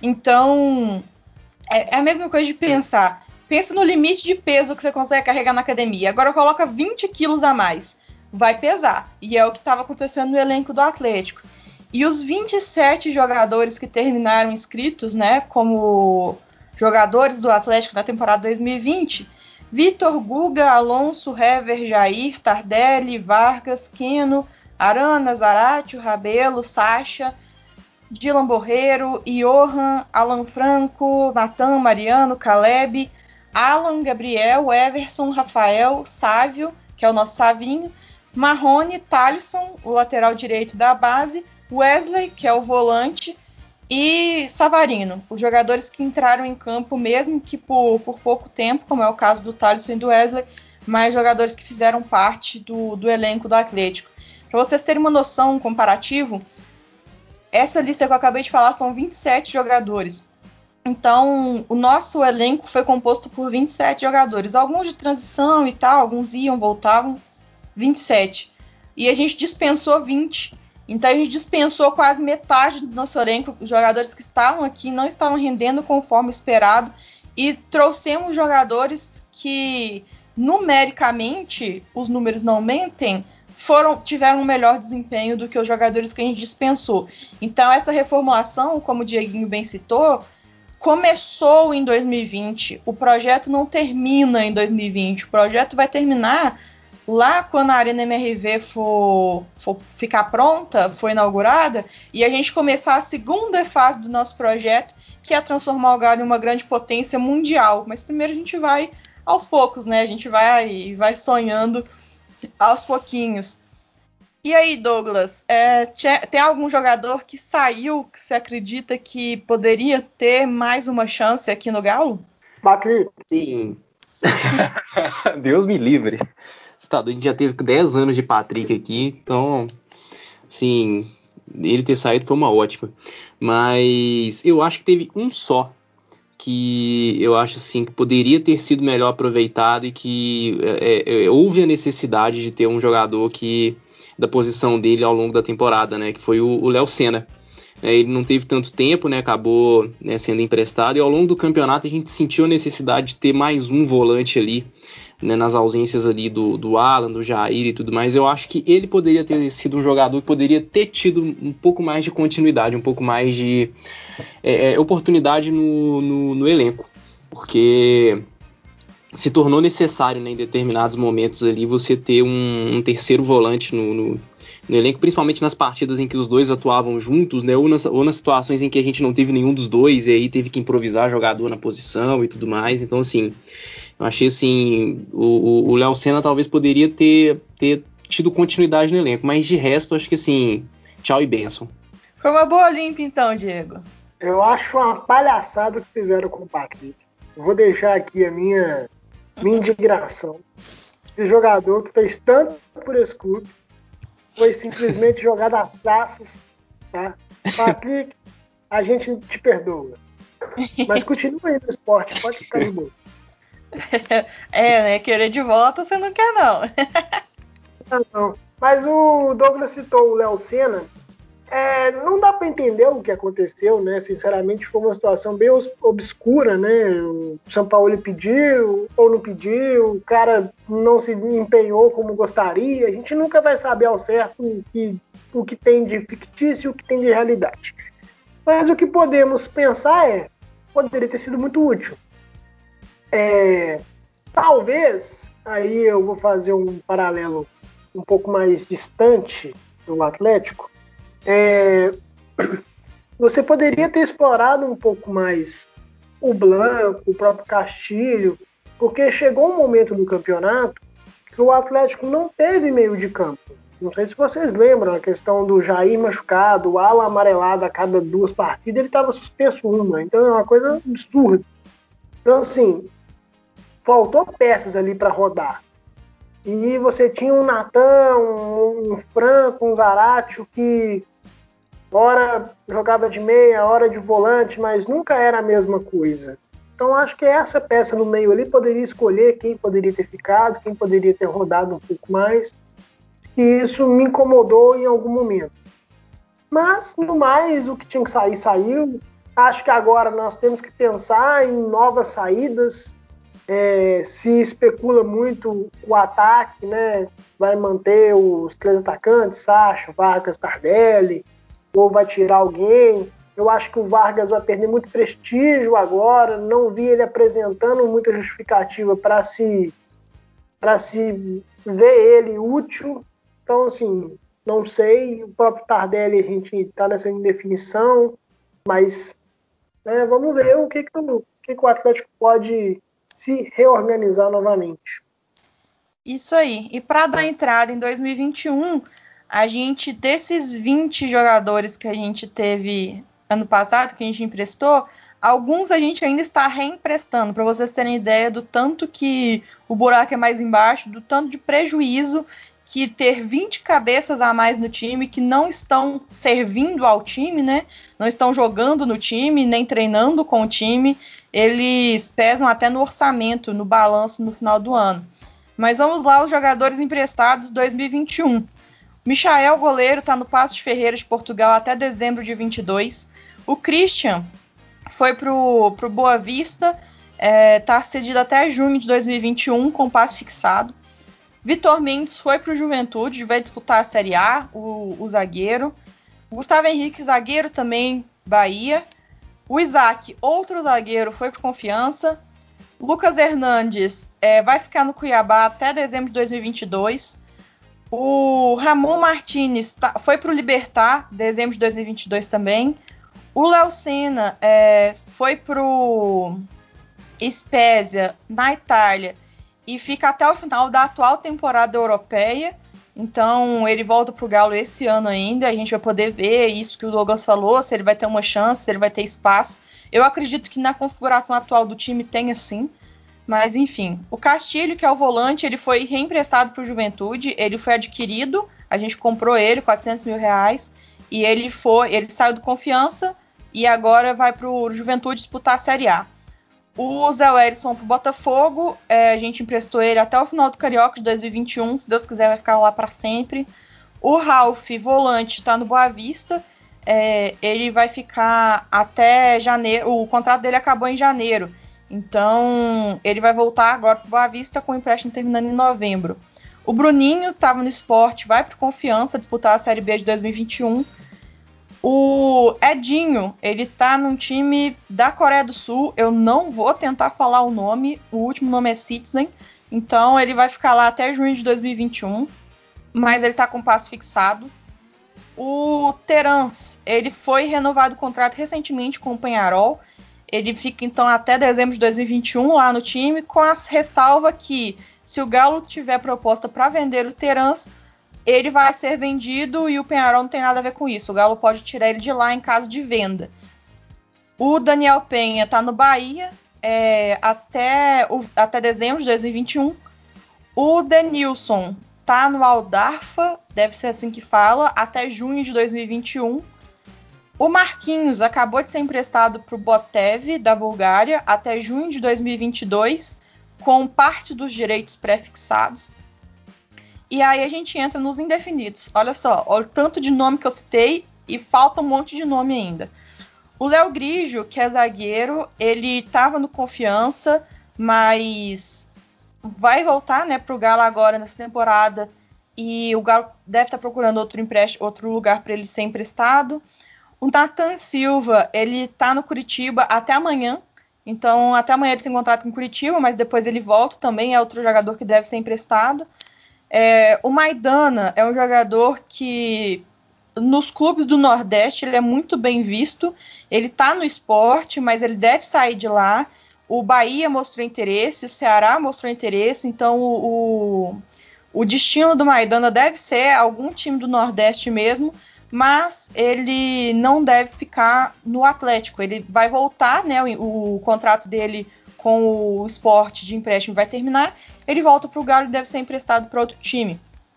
Então, é, é a mesma coisa de pensar. Pensa no limite de peso que você consegue carregar na academia. Agora coloca vinte quilos a mais. Vai pesar. E é o que estava acontecendo no elenco do Atlético. E os vinte e sete jogadores que terminaram inscritos, né, como jogadores do Atlético na temporada dois mil e vinte, Vitor, Guga, Alonso, Hever, Jair, Tardelli, Vargas, Keno, Arana, Zaratio, Rabelo, Sacha, Dylan Borreiro, Johan, Alan Franco, Natan, Mariano, Caleb, Alan, Gabriel, Everson, Rafael, Sávio, que é o nosso Savinho, Marrone, Thalisson, o lateral direito da base, Wesley, que é o volante, e Savarino, os jogadores que entraram em campo, mesmo que por, por pouco tempo, como é o caso do Thalisson e do Wesley, mas jogadores que fizeram parte do, do elenco do Atlético. Para vocês terem uma noção, um comparativo, essa lista que eu acabei de falar são vinte e sete jogadores. Então, o nosso elenco foi composto por vinte e sete jogadores. Alguns de transição e tal, alguns iam, voltavam, vinte e sete. E a gente dispensou vinte. Então, a gente dispensou quase metade do nosso elenco. Os jogadores que estavam aqui não estavam rendendo conforme esperado. E trouxemos jogadores que, numericamente, os números não mentem, foram, tiveram um melhor desempenho do que os jogadores que a gente dispensou. Então, essa reformulação, como o Dieguinho bem citou, começou em dois mil e vinte. O projeto não termina em dois mil e vinte. O projeto vai terminar lá quando a Arena M R V for, for ficar pronta, for inaugurada, e a gente começar a segunda fase do nosso projeto, que é transformar o Galo em uma grande potência mundial. Mas primeiro a gente vai aos poucos, né? A gente vai, vai sonhando aos pouquinhos. E aí, Douglas, é, tem algum jogador que saiu que você acredita que poderia ter mais uma chance aqui no Galo? Patrick. Sim. Deus me livre. Tá, a gente já teve dez anos de Patrick aqui, então, sim, ele ter saído foi uma ótima. Mas eu acho que teve um só que eu acho assim que poderia ter sido melhor aproveitado e que é, é, houve a necessidade de ter um jogador que da posição dele ao longo da temporada, né? Que foi o Léo Senna. É, ele não teve tanto tempo, né? Acabou, né, sendo emprestado, e ao longo do campeonato a gente sentiu a necessidade de ter mais um volante ali, né, nas ausências ali do, do Alan, do Jair e tudo mais. Eu acho que ele poderia ter sido um jogador que poderia ter tido um pouco mais de continuidade, um pouco mais de é, oportunidade no, no, no elenco, porque se tornou necessário, né, em determinados momentos ali você ter um, um terceiro volante no, no, no elenco, principalmente nas partidas em que os dois atuavam juntos, né, ou nas, ou nas situações em que a gente não teve nenhum dos dois e aí teve que improvisar jogador na posição e tudo mais. Então, assim, eu achei assim, o Léo Senna talvez poderia ter, ter tido continuidade no elenco, mas de resto, acho que assim, tchau e bênção. Foi uma boa limpa então, Diego. Eu acho uma palhaçada o que fizeram com o Patrick. Eu vou deixar aqui a minha, minha indignação. Esse jogador que fez tanto por esse clube foi simplesmente jogado às traças, tá? Patrick, a gente te perdoa. Mas continua aí no esporte, pode ficar de boa. É, né? Querer de volta você não quer, não. Não, não. Mas o Douglas citou o Léo Senna. É, não dá para entender o que aconteceu, né? Sinceramente, foi uma situação bem obscura, né? O São Paulo pediu ou não pediu, o cara não se empenhou como gostaria. A gente nunca vai saber ao certo o que, o que tem de fictício e o que tem de realidade. Mas o que podemos pensar é, poderia ter sido muito útil. É, talvez, aí eu vou fazer um paralelo um pouco mais distante do Atlético. É, você poderia ter explorado um pouco mais o Blanco, o próprio Castilho, porque chegou um momento do campeonato que o Atlético não teve meio de campo. Não sei se vocês lembram a questão do Jair machucado, o Alan amarelado a cada duas partidas, ele estava suspenso uma, então é uma coisa absurda. Então, assim, faltou peças ali para rodar. E você tinha um Natan, um, um Franco, um Zaratio que hora jogava de meia, hora de volante, mas nunca era a mesma coisa. Então acho que essa peça no meio ali poderia escolher quem poderia ter ficado, quem poderia ter rodado um pouco mais. E isso me incomodou em algum momento. Mas, no mais, o que tinha que sair, saiu. Acho que agora nós temos que pensar em novas saídas. É, se especula muito o ataque, né? Vai manter os três atacantes, Sacha, Vargas, Tardelli, ou vai tirar alguém. Eu acho que o Vargas vai perder muito prestígio agora. Não vi ele apresentando muita justificativa para se, para se ver ele útil. Então, assim, não sei. O próprio Tardelli, a gente está nessa indefinição, mas né, vamos ver o que, que, o, que, que o Atlético pode se reorganizar novamente. Isso aí. E para dar entrada em dois mil e vinte e um, a gente, desses vinte jogadores que a gente teve ano passado, que a gente emprestou, alguns a gente ainda está reemprestando, para vocês terem ideia do tanto que o buraco é mais embaixo, do tanto de prejuízo que ter vinte cabeças a mais no time, que não estão servindo ao time, né? Não estão jogando no time, nem treinando com o time, eles pesam até no orçamento, no balanço no final do ano. Mas vamos lá, os jogadores emprestados dois mil e vinte e um. Michael, goleiro, está no Paços de Ferreira de Portugal até dezembro de vinte e dois. O Christian foi para o Boa Vista, está é, cedido até junho de dois mil e vinte e um, com passe fixado. Vitor Mendes foi para o Juventude, vai disputar a Série A, o, o zagueiro. Gustavo Henrique, zagueiro também, Bahia. O Isaac, outro zagueiro, foi para Confiança. Lucas Hernandes é, vai ficar no Cuiabá até dezembro de dois mil e vinte e dois. O Ramon Martinez tá, foi para o Libertad, dezembro de dois mil e vinte e dois também. O Léo Senna é, foi para o Spezia, na Itália, e fica até o final da atual temporada europeia. Então ele volta para o Galo esse ano ainda. A gente vai poder ver isso que o Douglas falou, se ele vai ter uma chance, se ele vai ter espaço. Eu acredito que na configuração atual do time tenha sim. Mas enfim, o Castilho, que é o volante, ele foi reemprestado para o Juventude. Ele foi adquirido, a gente comprou ele, quatrocentos mil reais. E ele, foi, ele saiu do Confiança e agora vai para o Juventude disputar a Série A. O Zé Wellison pro Botafogo, é, a gente emprestou ele até o final do Carioca de dois mil e vinte e um, se Deus quiser vai ficar lá para sempre. O Ralf, volante, está no Boa Vista, é, ele vai ficar até janeiro, o contrato dele acabou em janeiro, então ele vai voltar agora pro Boa Vista com o empréstimo terminando em novembro. O Bruninho estava no Sport, vai pro Confiança disputar a Série B de dois mil e vinte e um. O Edinho, ele tá num time da Coreia do Sul, eu não vou tentar falar o nome, o último nome é Citizen, então ele vai ficar lá até junho de dois mil e vinte e um, mas ele tá com passo fixado. O Terans, ele foi renovado o contrato recentemente com o Peñarol, ele fica então até dezembro de dois mil e vinte e um lá no time, com a ressalva que se o Galo tiver proposta para vender o Terans, ele vai ser vendido e o Peñarol não tem nada a ver com isso. O Galo pode tirar ele de lá em caso de venda. O Daniel Penha está no Bahia é, até, o, até dezembro de dois mil e vinte e um. O Denilson está no Aldarfa, deve ser assim que fala, até junho de dois mil e vinte e um. O Marquinhos acabou de ser emprestado para o Botev, da Bulgária, até junho de dois mil e vinte e dois, com parte dos direitos pré-fixados. E aí a gente entra nos indefinidos. Olha só, olha o tanto de nome que eu citei e falta um monte de nome ainda. O Léo Grigio, que é zagueiro, ele estava no Confiança, mas vai voltar, né, para o Galo agora nessa temporada. E o Galo deve estar procurando outro empréstimo, outro lugar para ele ser emprestado. O Nathan Silva, ele está no Curitiba até amanhã. Então até amanhã ele tem contrato com o Curitiba, mas depois ele volta também, é outro jogador que deve ser emprestado. É, o Maidana é um jogador que nos clubes do Nordeste ele é muito bem visto, ele está no Sport, mas ele deve sair de lá. O Bahia mostrou interesse, o Ceará mostrou interesse, então o, o destino do Maidana deve ser algum time do Nordeste mesmo, mas ele não deve ficar no Atlético, ele vai voltar, né, o, o contrato dele com o Sport de empréstimo vai terminar, ele volta para o Galo e deve ser emprestado para outro time.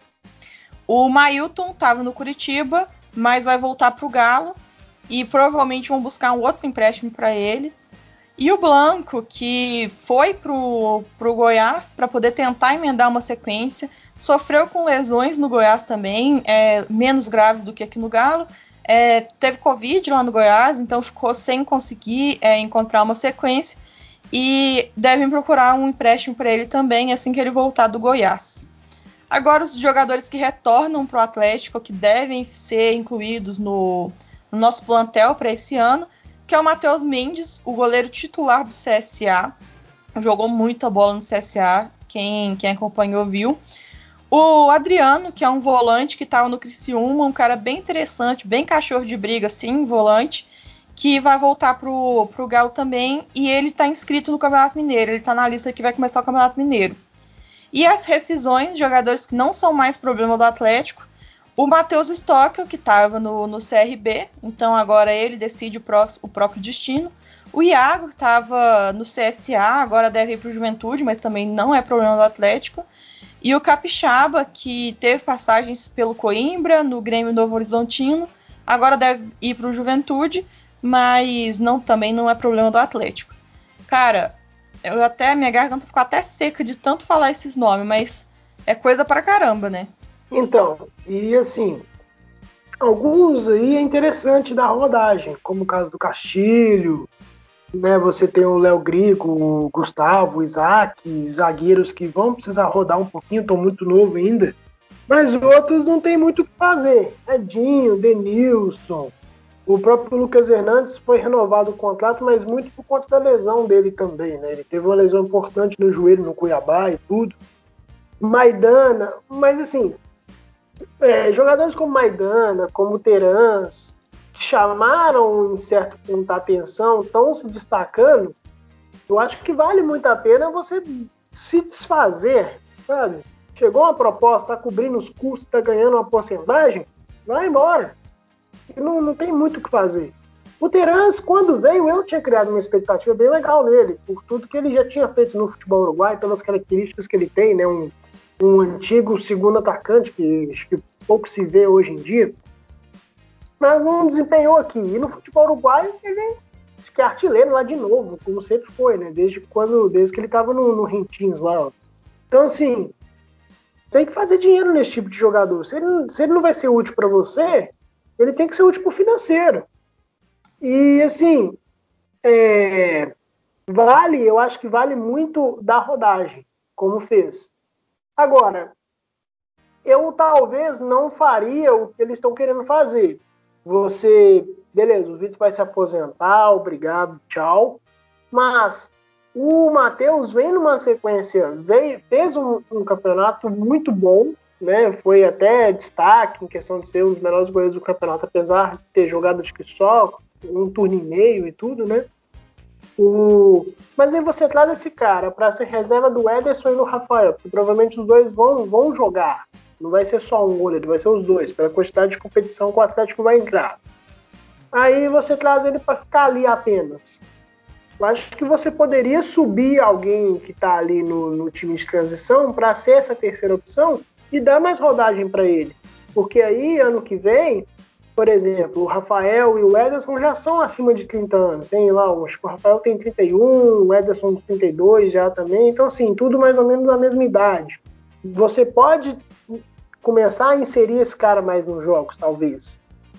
O Mailton estava no Curitiba, mas vai voltar para o Galo e provavelmente vão buscar um outro empréstimo para ele. E o Blanco, que foi para o Goiás para poder tentar emendar uma sequência, sofreu com lesões no Goiás também, é, menos graves do que aqui no Galo. É, teve Covid lá no Goiás, então ficou sem conseguir é, encontrar uma sequência. E devem procurar um empréstimo para ele também assim que ele voltar do Goiás. Agora os jogadores que retornam para o Atlético, que devem ser incluídos no, no nosso plantel para esse ano, que é o Matheus Mendes, o goleiro titular do C S A. Jogou muita bola no C S A, quem, quem acompanhou viu. O Adriano, que é um volante que estava no Criciúma, um cara bem interessante, bem cachorro de briga, assim, volante, que vai voltar pro, pro Galo também, e ele está inscrito no Campeonato Mineiro, ele está na lista que vai começar o Campeonato Mineiro. E as rescisões, jogadores que não são mais problema do Atlético, o Matheus Stockel, que estava no, no C R B, então agora ele decide o, pró- o próprio destino. O Iago, que estava no C S A, agora deve ir para o Juventude, mas também não é problema do Atlético. E o Capixaba, que teve passagens pelo Coimbra, no Grêmio Novo Horizontino, agora deve ir para o Juventude, mas não, também não é problema do Atlético. Cara, eu até, minha garganta ficou até seca de tanto falar esses nomes, mas é coisa pra caramba, né? Então, e assim, alguns aí é interessante da rodagem, como o caso do Castilho, né? Você tem o Léo Grigo, o Gustavo, o Isaac, zagueiros que vão precisar rodar um pouquinho, estão muito novo ainda, mas outros não tem muito o que fazer. Edinho, Denilson, O próprio Lucas Hernandes foi renovado o contrato, mas muito por conta da lesão dele também, né? Ele teve uma lesão importante no joelho, no Cuiabá e tudo. Maidana, mas assim, é, jogadores como Maidana, como Terans, que chamaram em certo ponto a atenção, estão se destacando, eu acho que vale muito a pena você se desfazer, sabe? Chegou uma proposta, está cobrindo os custos, está ganhando uma porcentagem, vai embora. Não, não tem muito o que fazer. O Terans, quando veio, eu tinha criado uma expectativa bem legal nele, por tudo que ele já tinha feito no futebol uruguai, pelas características que ele tem, né? Um, um antigo segundo atacante, que acho que pouco se vê hoje em dia, mas não desempenhou aqui. E no futebol uruguaio, ele acho que é artilheiro lá de novo, como sempre foi, né? Desde, quando, desde que ele estava no, no Rintins lá. Ó. Então, assim, tem que fazer dinheiro nesse tipo de jogador. Se ele, se ele não vai ser útil para você, ele tem que ser útil pro financeiro. E, assim, é, vale, eu acho que vale muito da rodagem, como fez. Agora, eu talvez não faria o que eles estão querendo fazer. Você, beleza, o Vitor vai se aposentar, obrigado, tchau. Mas o Matheus vem numa sequência, veio, fez um, um campeonato muito bom, né? Foi até destaque em questão de ser um dos melhores goleiros do campeonato, apesar de ter jogado acho que só um turno e meio e tudo, né? O... Mas aí você traz esse cara para ser reserva do Ederson e do Rafael, porque provavelmente os dois vão, vão jogar. Não vai ser só um goleiro, vai ser os dois, pela quantidade de competição que o Atlético vai entrar. Aí você traz ele para ficar ali apenas. Eu acho que você poderia subir alguém que está ali no, no time de transição para ser essa terceira opção e dar mais rodagem para ele. Porque aí, ano que vem, por exemplo, o Rafael e o Ederson já são acima de trinta anos. Tem lá, acho que o Rafael tem trinta e um, o Ederson trinta e dois já também. Então, assim, tudo mais ou menos a mesma idade. Você pode começar a inserir esse cara mais nos jogos, talvez.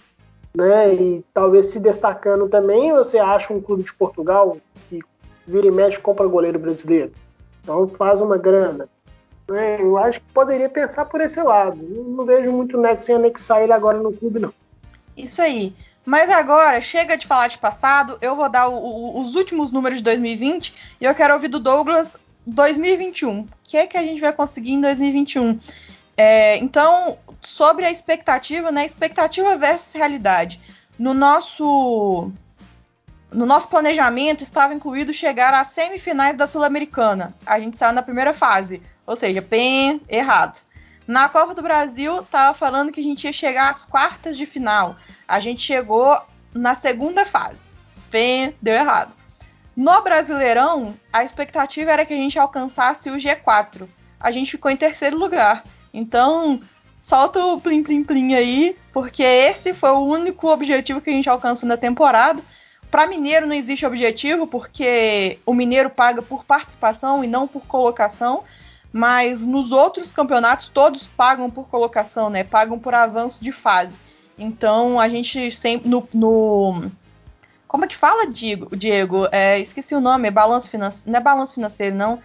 Né? E talvez se destacando também, você acha um clube de Portugal que vira e mexe compra goleiro brasileiro. Então faz uma grana. Né? Eu acho que poderia pensar por esse lado. Não vejo muito nexo em anexar ele agora no clube, não. Isso aí. Mas agora, chega de falar de passado, eu vou dar o, o, os últimos números de dois mil e vinte e eu quero ouvir do Douglas dois mil e vinte e um. O que é que a gente vai conseguir em dois mil e vinte e um? É, então, sobre a expectativa, né? Expectativa versus realidade. No nosso, no nosso planejamento estava incluído chegar às semifinais da Sul-Americana. A gente saiu na primeira fase, ou seja, bem errado. Na Copa do Brasil, estava falando que a gente ia chegar às quartas de final. A gente chegou na segunda fase. Bem, deu errado. No Brasileirão, a expectativa era que a gente alcançasse o G quatro. A gente ficou em terceiro lugar. Então, solta o plim plim plim aí, porque esse foi o único objetivo que a gente alcançou na temporada. Para Mineiro não existe objetivo, porque o Mineiro paga por participação e não por colocação. Mas nos outros campeonatos todos pagam por colocação, né? Pagam por avanço de fase. Então a gente sempre no, no... como é que fala, Diego? Diego, é, esqueci o nome, é balanço financeiro, não é balanço financeiro, não.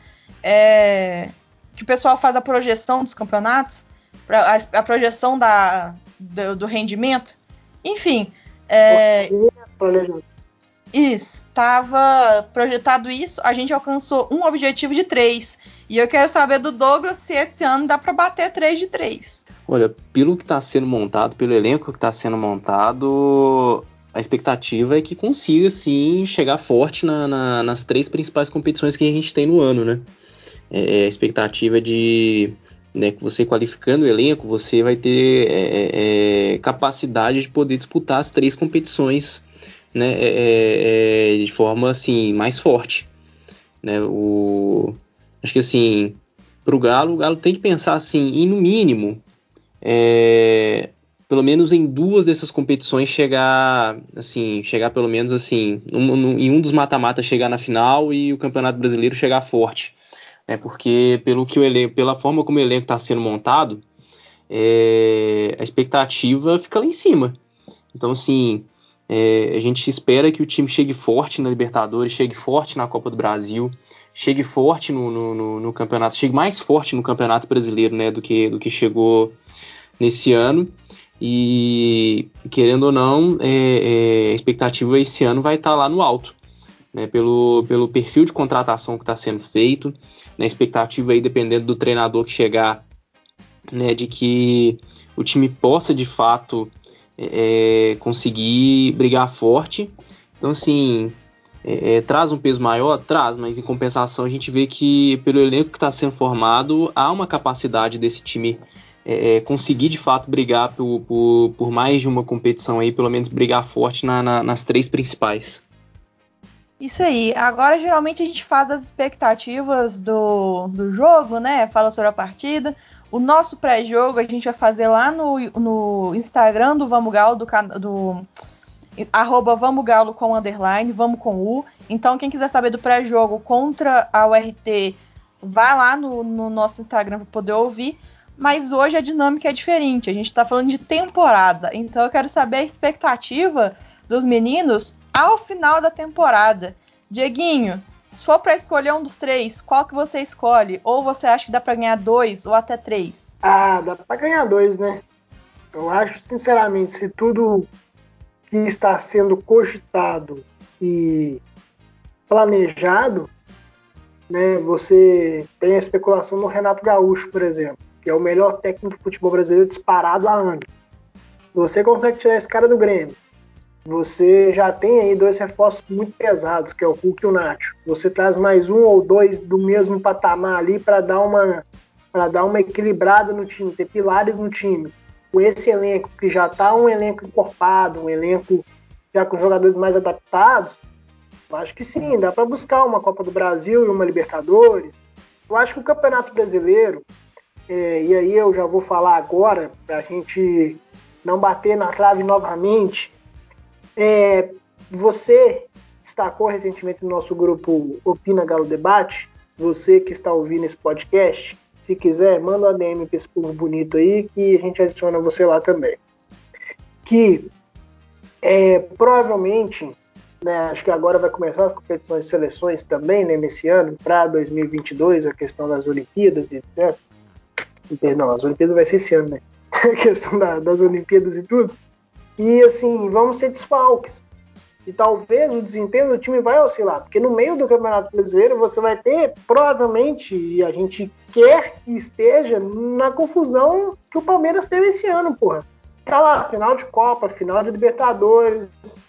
É que o pessoal faz a projeção dos campeonatos, a, a projeção da, do, do rendimento. Enfim, é, isso. Estava projetado isso, a gente alcançou um objetivo de três. E eu quero saber do Douglas se esse ano dá para bater três de três. Olha, pelo que está sendo montado, pelo elenco que está sendo montado, a expectativa é que consiga, sim, chegar forte na, na, nas três principais competições que a gente tem no ano, né? É, a expectativa de, né, que você qualificando o elenco, você vai ter é, é, capacidade de poder disputar as três competições, né, é, é, de forma assim, mais forte, né? O, acho que assim, para o Galo, o Galo tem que pensar assim, e no mínimo, é, pelo menos em duas dessas competições chegar, assim, chegar pelo menos assim, um, um, em um dos mata-matas chegar na final e o Campeonato Brasileiro chegar forte, né? Porque pelo que o elenco, pela forma como o elenco está sendo montado, é, a expectativa fica lá em cima. Então, assim, é, a gente espera que o time chegue forte na Libertadores, chegue forte na Copa do Brasil, chegue forte no, no, no, no campeonato, chegue mais forte no Campeonato Brasileiro, né, do que, do que chegou nesse ano. e querendo ou não, é, é, a expectativa esse ano vai estar lá no alto, né, pelo, pelo perfil de contratação que está sendo feito, na expectativa aí, dependendo do treinador que chegar, né, de que o time possa de fato é, conseguir brigar forte. Então assim, é, é, traz um peso maior? Traz, mas em compensação a gente vê que pelo elenco que está sendo formado, há uma capacidade desse time é, conseguir de fato brigar por, por, por mais de uma competição aí, pelo menos brigar forte na, na, nas três principais. Isso aí. Agora, geralmente, a gente faz as expectativas do, do jogo, né? Fala sobre a partida. O nosso pré-jogo a gente vai fazer lá no, no Instagram do Vamos Galo, do, do arroba Vamos Galo com underline, Vamos com U. Então, quem quiser saber do pré-jogo contra a U R T, vai lá no, no nosso Instagram para poder ouvir. Mas hoje a dinâmica é diferente. A gente está falando de temporada. Então, eu quero saber a expectativa dos meninos ao final da temporada. Dieguinho, se for para escolher um dos três, qual que você escolhe? Ou você acha que dá para ganhar dois ou até três? Ah, dá para ganhar dois, né? Eu acho, sinceramente, se tudo que está sendo cogitado e planejado, né, você tem a especulação do Renato Gaúcho, por exemplo, que é o melhor técnico do futebol brasileiro disparado há anos. Você consegue tirar esse cara do Grêmio. Você já tem aí dois reforços muito pesados, que é o Hulk e o Nacho. Você traz mais um ou dois do mesmo patamar ali para dar uma para dar uma equilibrada no time, ter pilares no time. Com esse elenco que já está um elenco encorpado, um elenco já com jogadores mais adaptados, eu acho que sim, dá para buscar uma Copa do Brasil e uma Libertadores. Eu acho que o Campeonato Brasileiro, é, e aí eu já vou falar agora, para a gente não bater na trave novamente. É, você destacou recentemente no nosso grupo Opina Galo Debate. Você que está ouvindo esse podcast, se quiser, manda um A D M para esse povo bonito aí que a gente adiciona você lá também. Que é, provavelmente, né, acho que agora vai começar as competições de seleções também, né, nesse ano, para dois mil e vinte e dois, a questão das Olimpíadas, e, né, perdão, as Olimpíadas vai ser esse ano, né? A questão da, das Olimpíadas e tudo. E assim, vamos ser desfalques. E talvez o desempenho do time vai oscilar, porque no meio do Campeonato Brasileiro você vai ter, provavelmente, e a gente quer que esteja, na confusão que o Palmeiras teve esse ano, porra. Tá lá, final de Copa, final de Libertadores,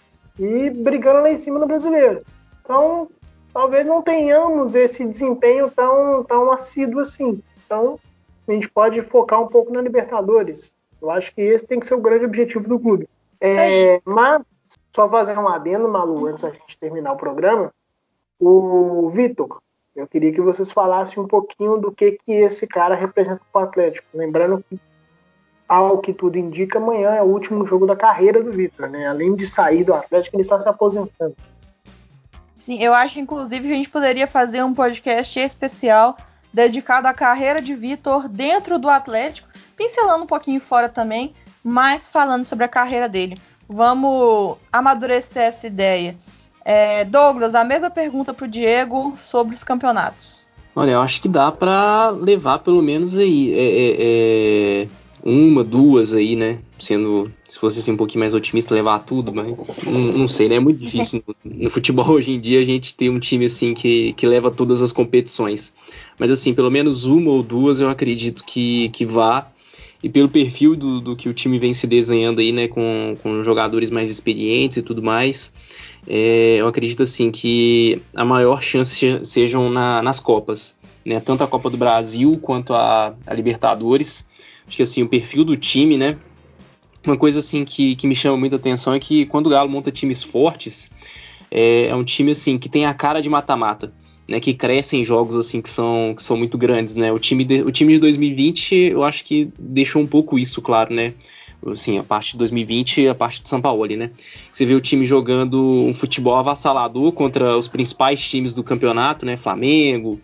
e brigando lá em cima no Brasileiro. Então, talvez não tenhamos esse desempenho tão, tão assíduo assim. Então, a gente pode focar um pouco na Libertadores. Eu acho que esse tem que ser o grande objetivo do clube. É, mas, só fazer um adendo, Malu, antes da gente terminar o programa. O Vitor, eu queria que vocês falassem um pouquinho do que, que esse cara representa para o Atlético. Lembrando que, ao que tudo indica, amanhã é o último jogo da carreira do Vitor, né? Além de sair do Atlético, ele está se aposentando. Sim, eu acho, inclusive, que a gente poderia fazer um podcast especial dedicado à carreira de Vitor dentro do Atlético, pincelando um pouquinho fora também, mas falando sobre a carreira dele. Vamos amadurecer essa ideia. É, Douglas, a mesma pergunta para o Diego sobre os campeonatos. Olha, eu acho que dá para levar pelo menos aí é, é, é, uma, duas aí, né? Sendo, se fosse assim, um pouquinho mais otimista, levar tudo, mas não, não sei, né? É muito difícil no, no futebol hoje em dia a gente ter um time assim que, que leva todas as competições. Mas assim, pelo menos uma ou duas eu acredito que, que vá. E pelo perfil do, do que o time vem se desenhando aí, né? Com, com jogadores mais experientes e tudo mais. É, eu acredito assim que a maior chance sejam na, nas Copas, né? Tanto a Copa do Brasil quanto a, a Libertadores. Acho que assim, o perfil do time, né? Uma coisa assim que, que me chama muita atenção é que quando o Galo monta times fortes, é, é um time assim que tem a cara de mata-mata, né? Que cresce em jogos assim que são, que são muito grandes, né? O time, de, o time de dois mil e vinte eu acho que deixou um pouco isso claro, né? Assim, a parte de dois mil e vinte e a parte do Sampaoli, né? Você vê o time jogando um futebol avassalador contra os principais times do campeonato, né? Flamengo,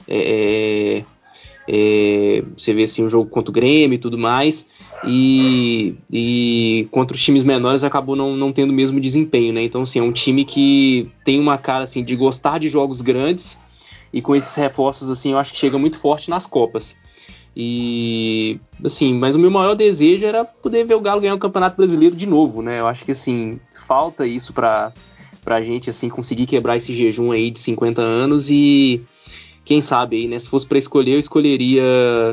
é, é, você vê assim, um jogo contra o Grêmio e tudo mais, e, e contra os times menores acabou não, não tendo o mesmo desempenho, né? Então, assim, é um time que tem uma cara assim, de gostar de jogos grandes, e com esses reforços, assim, eu acho que chega muito forte nas Copas. E, assim, mas o meu maior desejo era poder ver o Galo ganhar o Campeonato Brasileiro de novo, né? Eu acho que, assim, falta isso pra, pra gente, assim, conseguir quebrar esse jejum aí de cinquenta anos e, quem sabe aí, né? Se fosse pra escolher, eu escolheria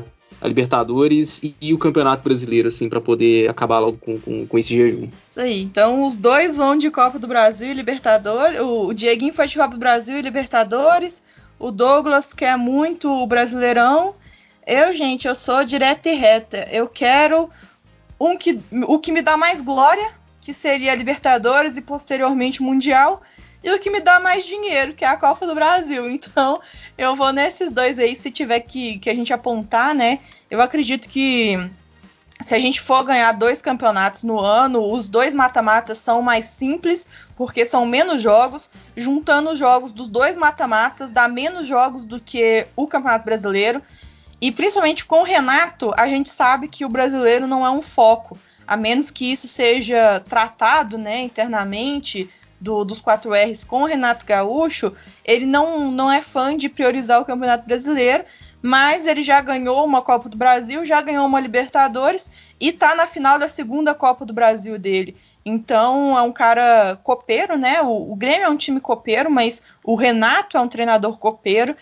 a Libertadores e, e o Campeonato Brasileiro, assim, pra poder acabar logo com, com, com esse jejum. Isso aí. Então, os dois vão de Copa do Brasil e Libertadores. O, o Dieguinho foi de Copa do Brasil e Libertadores. O Douglas quer muito o Brasileirão. Eu, gente, eu sou direta e reta. Eu quero um que, o que me dá mais glória, que seria a Libertadores e posteriormente o Mundial, e o que me dá mais dinheiro, que é a Copa do Brasil. Então, eu vou nesses dois aí, se tiver que, que a gente apontar, né? Eu acredito que se a gente for ganhar dois campeonatos no ano, os dois mata-matas são mais simples, porque são menos jogos. Juntando os jogos dos dois mata-matas, dá menos jogos do que o Campeonato Brasileiro. E principalmente com o Renato, a gente sabe que o brasileiro não é um foco, a menos que isso seja tratado, né, internamente do, dos quatro R's com o Renato Gaúcho. Ele não, não é fã de priorizar o Campeonato Brasileiro, mas ele já ganhou uma Copa do Brasil, já ganhou uma Libertadores e tá na final da segunda Copa do Brasil dele. Então é um cara copeiro, né? O, o Grêmio é um time copeiro, mas o Renato é um treinador copeiro.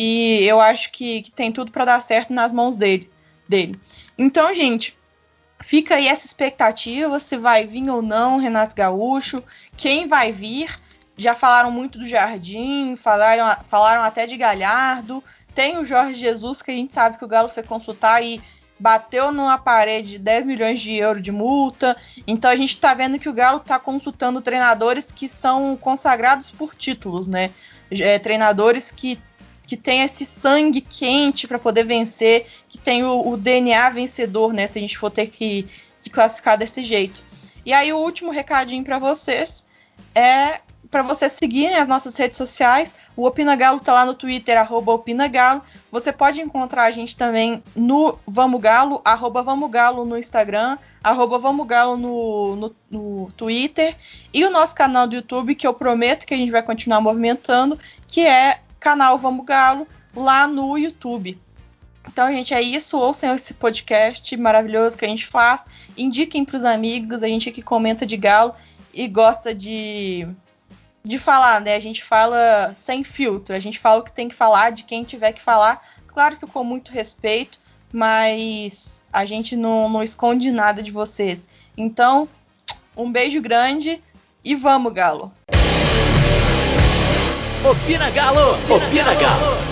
E eu acho que, que tem tudo para dar certo nas mãos dele, dele. Então, gente, fica aí essa expectativa, se vai vir ou não Renato Gaúcho, quem vai vir. Já falaram muito do Jardim, falaram, falaram até de Galhardo. Tem o Jorge Jesus, que a gente sabe que o Galo foi consultar e bateu numa parede de dez milhões de euros de multa. Então a gente está vendo que o Galo está consultando treinadores que são consagrados por títulos, né? É, treinadores que que tem esse sangue quente para poder vencer, que tem o, o D N A vencedor, né? Se a gente for ter que, que classificar desse jeito. E aí o último recadinho para vocês é para vocês seguirem as nossas redes sociais. O Opina Galo tá lá no Twitter, arroba Opina Galo. Você pode encontrar a gente também no Vamos Galo, arroba Vamos Galo no Instagram, arroba Vamos Galo no, no, no Twitter. E o nosso canal do YouTube, que eu prometo que a gente vai continuar movimentando, que é canal Vamos Galo, lá no YouTube. Então, gente, é isso. Ouçam esse podcast maravilhoso que a gente faz. Indiquem para os amigos. A gente aqui comenta de Galo e gosta de, de falar, né? A gente fala sem filtro. A gente fala o que tem que falar, de quem tiver que falar. Claro que com muito respeito, mas a gente não, não esconde nada de vocês. Então, um beijo grande e vamos, Galo! Opina Galo! Opina Galo!